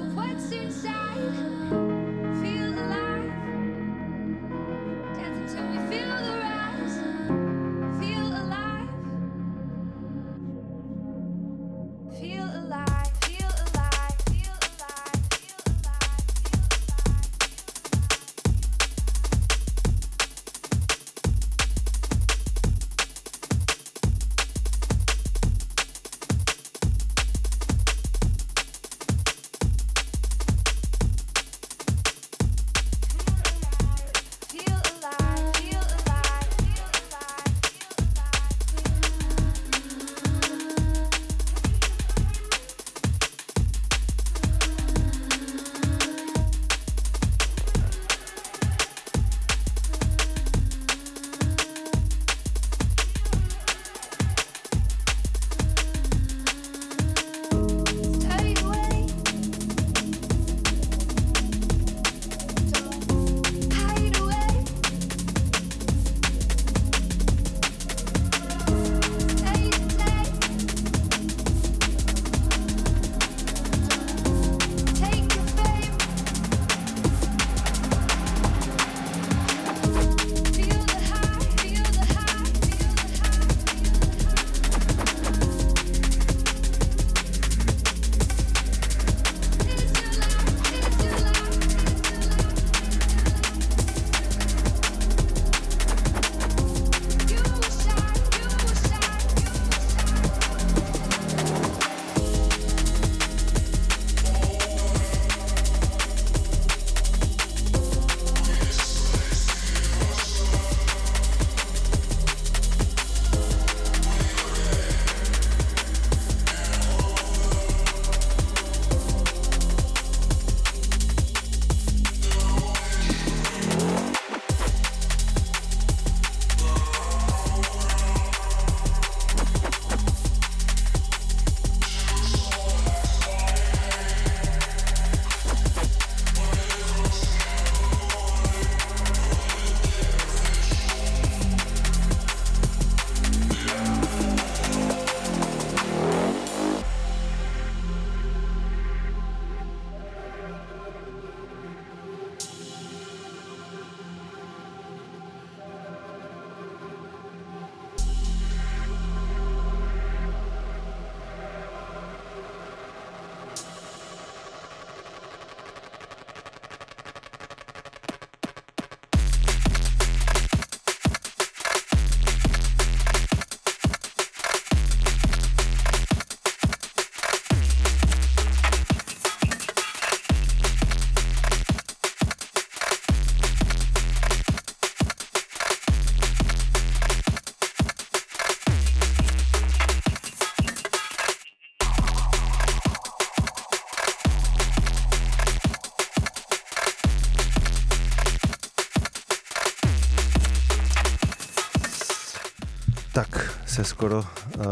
Tak se skoro uh,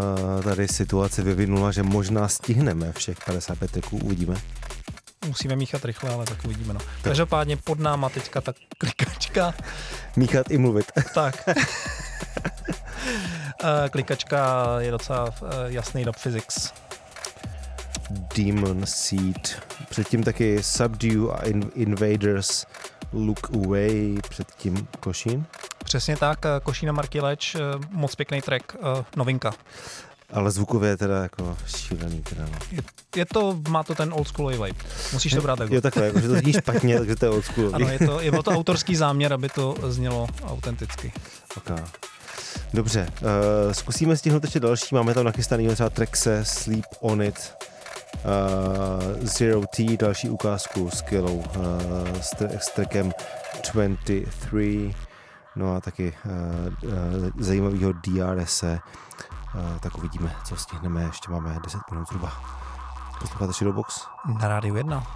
tady situace vyvinula, že možná stihneme všech padesát pět tracků, uvidíme. Musíme míchat rychle, ale tak uvidíme. No. Každopádně pod náma teďka ta klikačka. Míchat i mluvit. Tak. Klikačka je docela jasný dub physics. Demon Seed. Předtím taky Subdue a Invaders Look Away, předtím Košín. Přesně tak, Košín a Marky Leč, moc pěkný track, novinka. Ale zvukově teda jako šílený. Teda no. je, je to, má to ten old schoolový vibe. Musíš to brát takhle. Jo takhle, jako, že to zní špatně, takže to je old schoolový. Ano, je to, je to autorský záměr, aby to znělo autenticky. Okay. Dobře, uh, zkusíme stihnout ještě další, máme tam nachystaný třeba Trexe, Sleep on It, uh, Zero T, další ukázku s Killou, uh, s, tr- s trackem dvacet tři, no a taky uh, uh, zajímavýho D R S, uh, tak uvidíme, co stihneme, ještě máme deset minut zhruba. Posloucháte Shadowbox? Na rádiu jedna.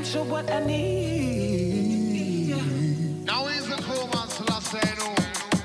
answer what I need. Now is the poor man Selassie, no.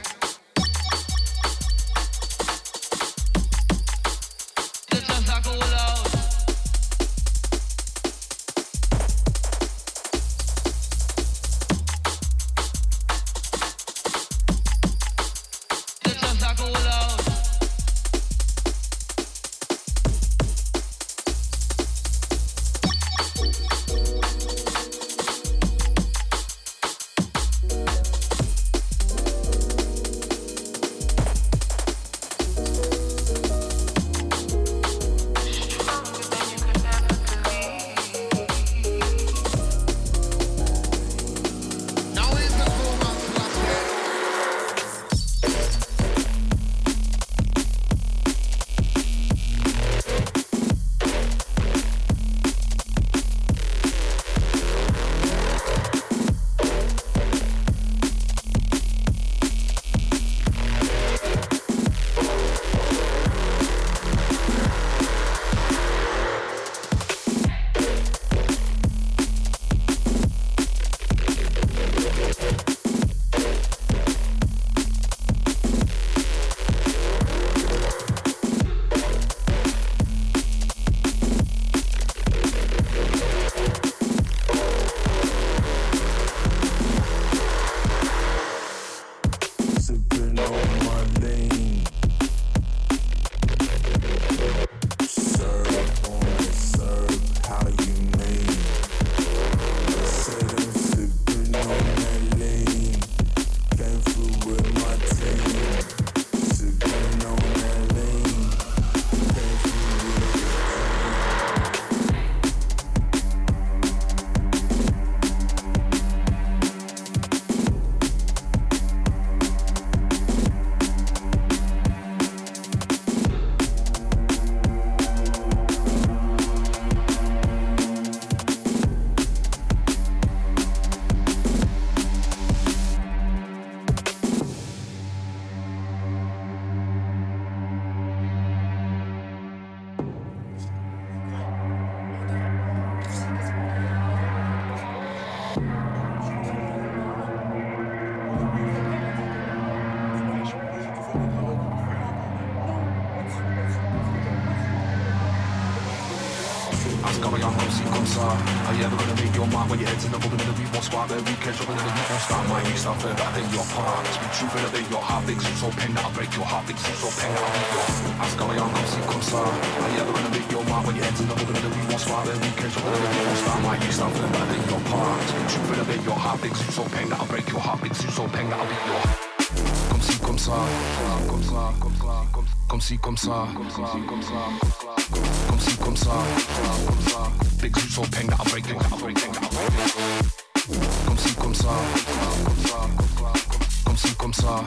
Comme si, comme ça, comme ça, comme ça, comme si, comme ça, comme ça. Big zoo so peng that I break it, I break it, I break it. Comme si, comme ça, comme ça, comme si, comme ça,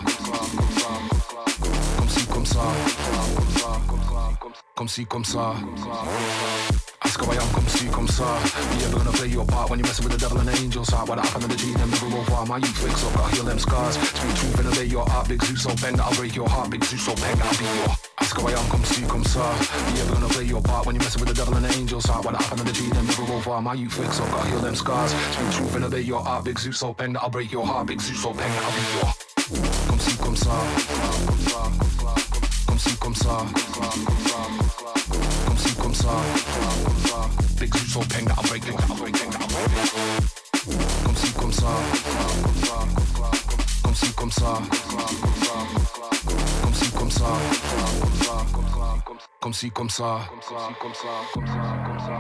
comme si, comme ça, comme si, comme ça. Ask how I am, come see, come saw. You ever gonna play your part when you're messing with the devil and the angels? Heart, what happened to the G, them never over. My youth wakes up, I heal them scars. Speak truth and obey your heart, big zoo so bang that I'll break your heart, big zoo so bang that I'll be your. Ask how I am, come see, come saw. You ever gonna play your part when you're messing with the devil and the angels? Heart, what happened to the G, them never over. My youth wakes up, I heal them scars. Speak truth and obey your heart, big zoo so bang that I'll break your heart, big zoo so bang that I'll be your. Come see, come saw. Come see, come saw. Come see, come saw. Big zoo so peng that I break it, I break it, I break it. Come see, come ça. Come see, come ça. Come see, comme ça. Comme si, comme ça. Comme ça, comme ça, comme ça, comme ça.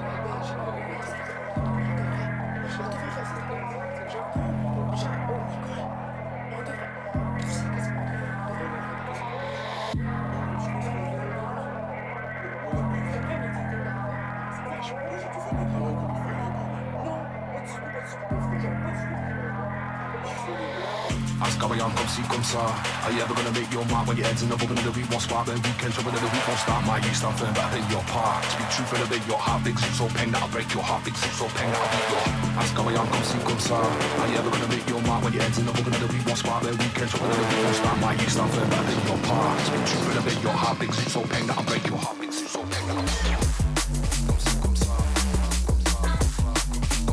Ask how I am, come see, come ça. Are you ever gonna make your mark when your head's in the bubble of the week won't spark? The weekend trouble of the week won't start. My youth stand firm, but I play your part. Speak truth and obey your heart. Big zoo so peng that I'll break your heart. Big zoo so peng that I'll beat your. Ask how I am, come see, come ça. Are you ever gonna make your mark when your head's in the bubble of the week won't spark? The weekend trouble of the week won't start. My youth stand firm, but I play your part. Speak truth and obey your heart. Big zoo so peng that I'll break your heart. Big zoo so peng that I'll beat your. Come see, come ça. Come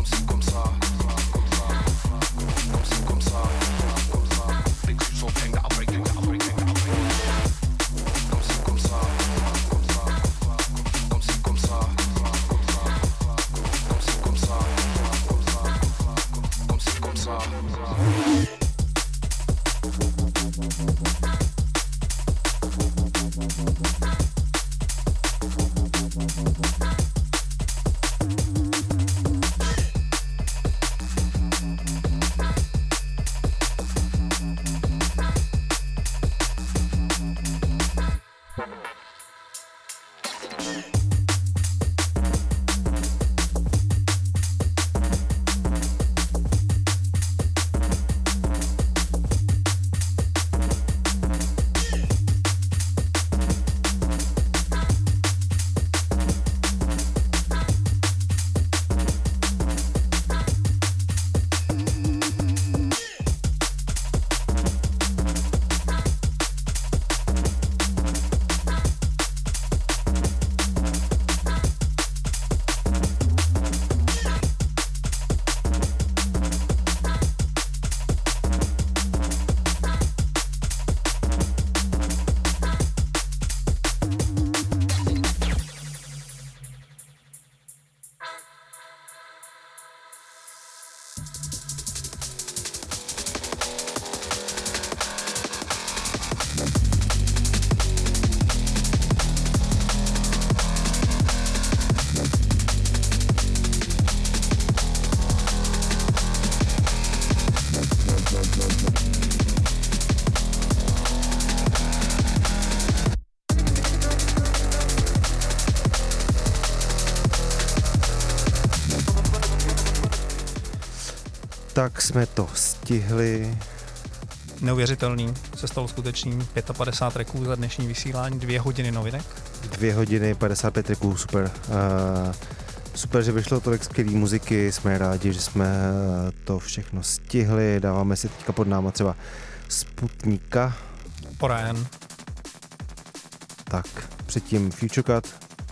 tak jsme to stihli. Neuvěřitelný, se stalo skutečný padesát pět tracků za dnešní vysílání, dvě hodiny novinek. Dvě hodiny, padesát pět tracků, super. Uh, super, že vyšlo tolik skvělý muziky, jsme rádi, že jsme to všechno stihli, dáváme si teďka pod náma třeba Sputnika. Orion. Tak, předtím Future Cut.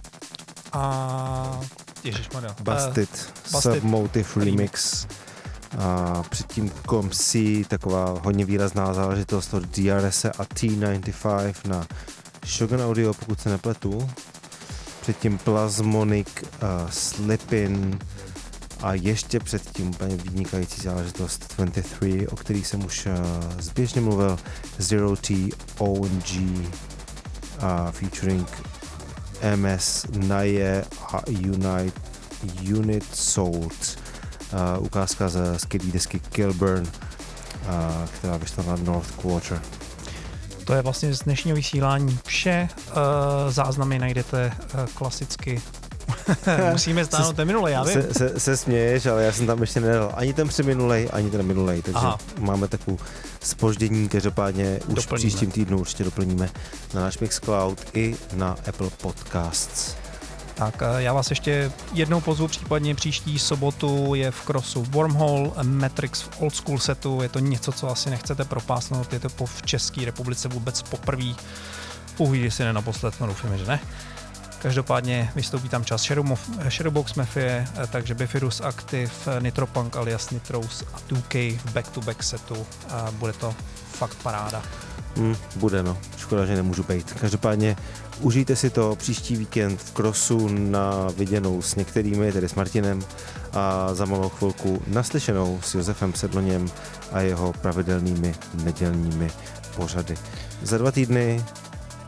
A ježišmarja. Busted, uh, Busted Submotive Remix. A předtím C O M C, taková hodně výrazná záležitost od D R S a T devadesát pět na Shogun Audio, pokud se nepletu. Předtím Plasmonic, uh, Slippin a ještě předtím úplně vynikající záležitost dvacet tři, o který jsem už uh, zběžně mluvil, Zero T, O N G a featuring M S, Naye a Unite, Unit Soult. Uh, ukázka ze skvělé desky Killburn, uh, která vyšla na North Quarter. To je vlastně z dnešního vysílání vše. Uh, záznamy najdete uh, klasicky. Musíme stáhnout ten minulej, já vím. Se, se, se směješ, ale já jsem tam ještě nedal ani ten předminulej, ani ten minulej, takže Aha. máme takovou zpoždění, každopádně už v příštím týdnu určitě doplníme na náš Mixcloud i na Apple Podcasts. Tak já vás ještě jednou pozvu, případně příští sobotu je v Crossu Wormhole, Matrix v Old School setu, je to něco, co asi nechcete propásnout, je to po v České republice vůbec poprvé, uvidí si nenaposled, no doufujeme, že ne. Každopádně vystoupí tam čas Shadowbox Mafie, takže Bifidus Active, Nitropunk alias Nitrous a two K v back-to-back setu a bude to fakt paráda. Hmm, bude no, škoda, že nemůžu být. Každopádně užijte si to příští víkend v Crossu na viděnou s některými, tedy s Martinem a za malou chvilku naslyšenou s Josefem Sedloněm a jeho pravidelnými nedělními pořady. Za dva týdny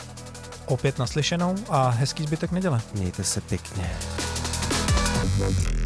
opět naslyšenou a hezký zbytek neděle. Mějte se pěkně.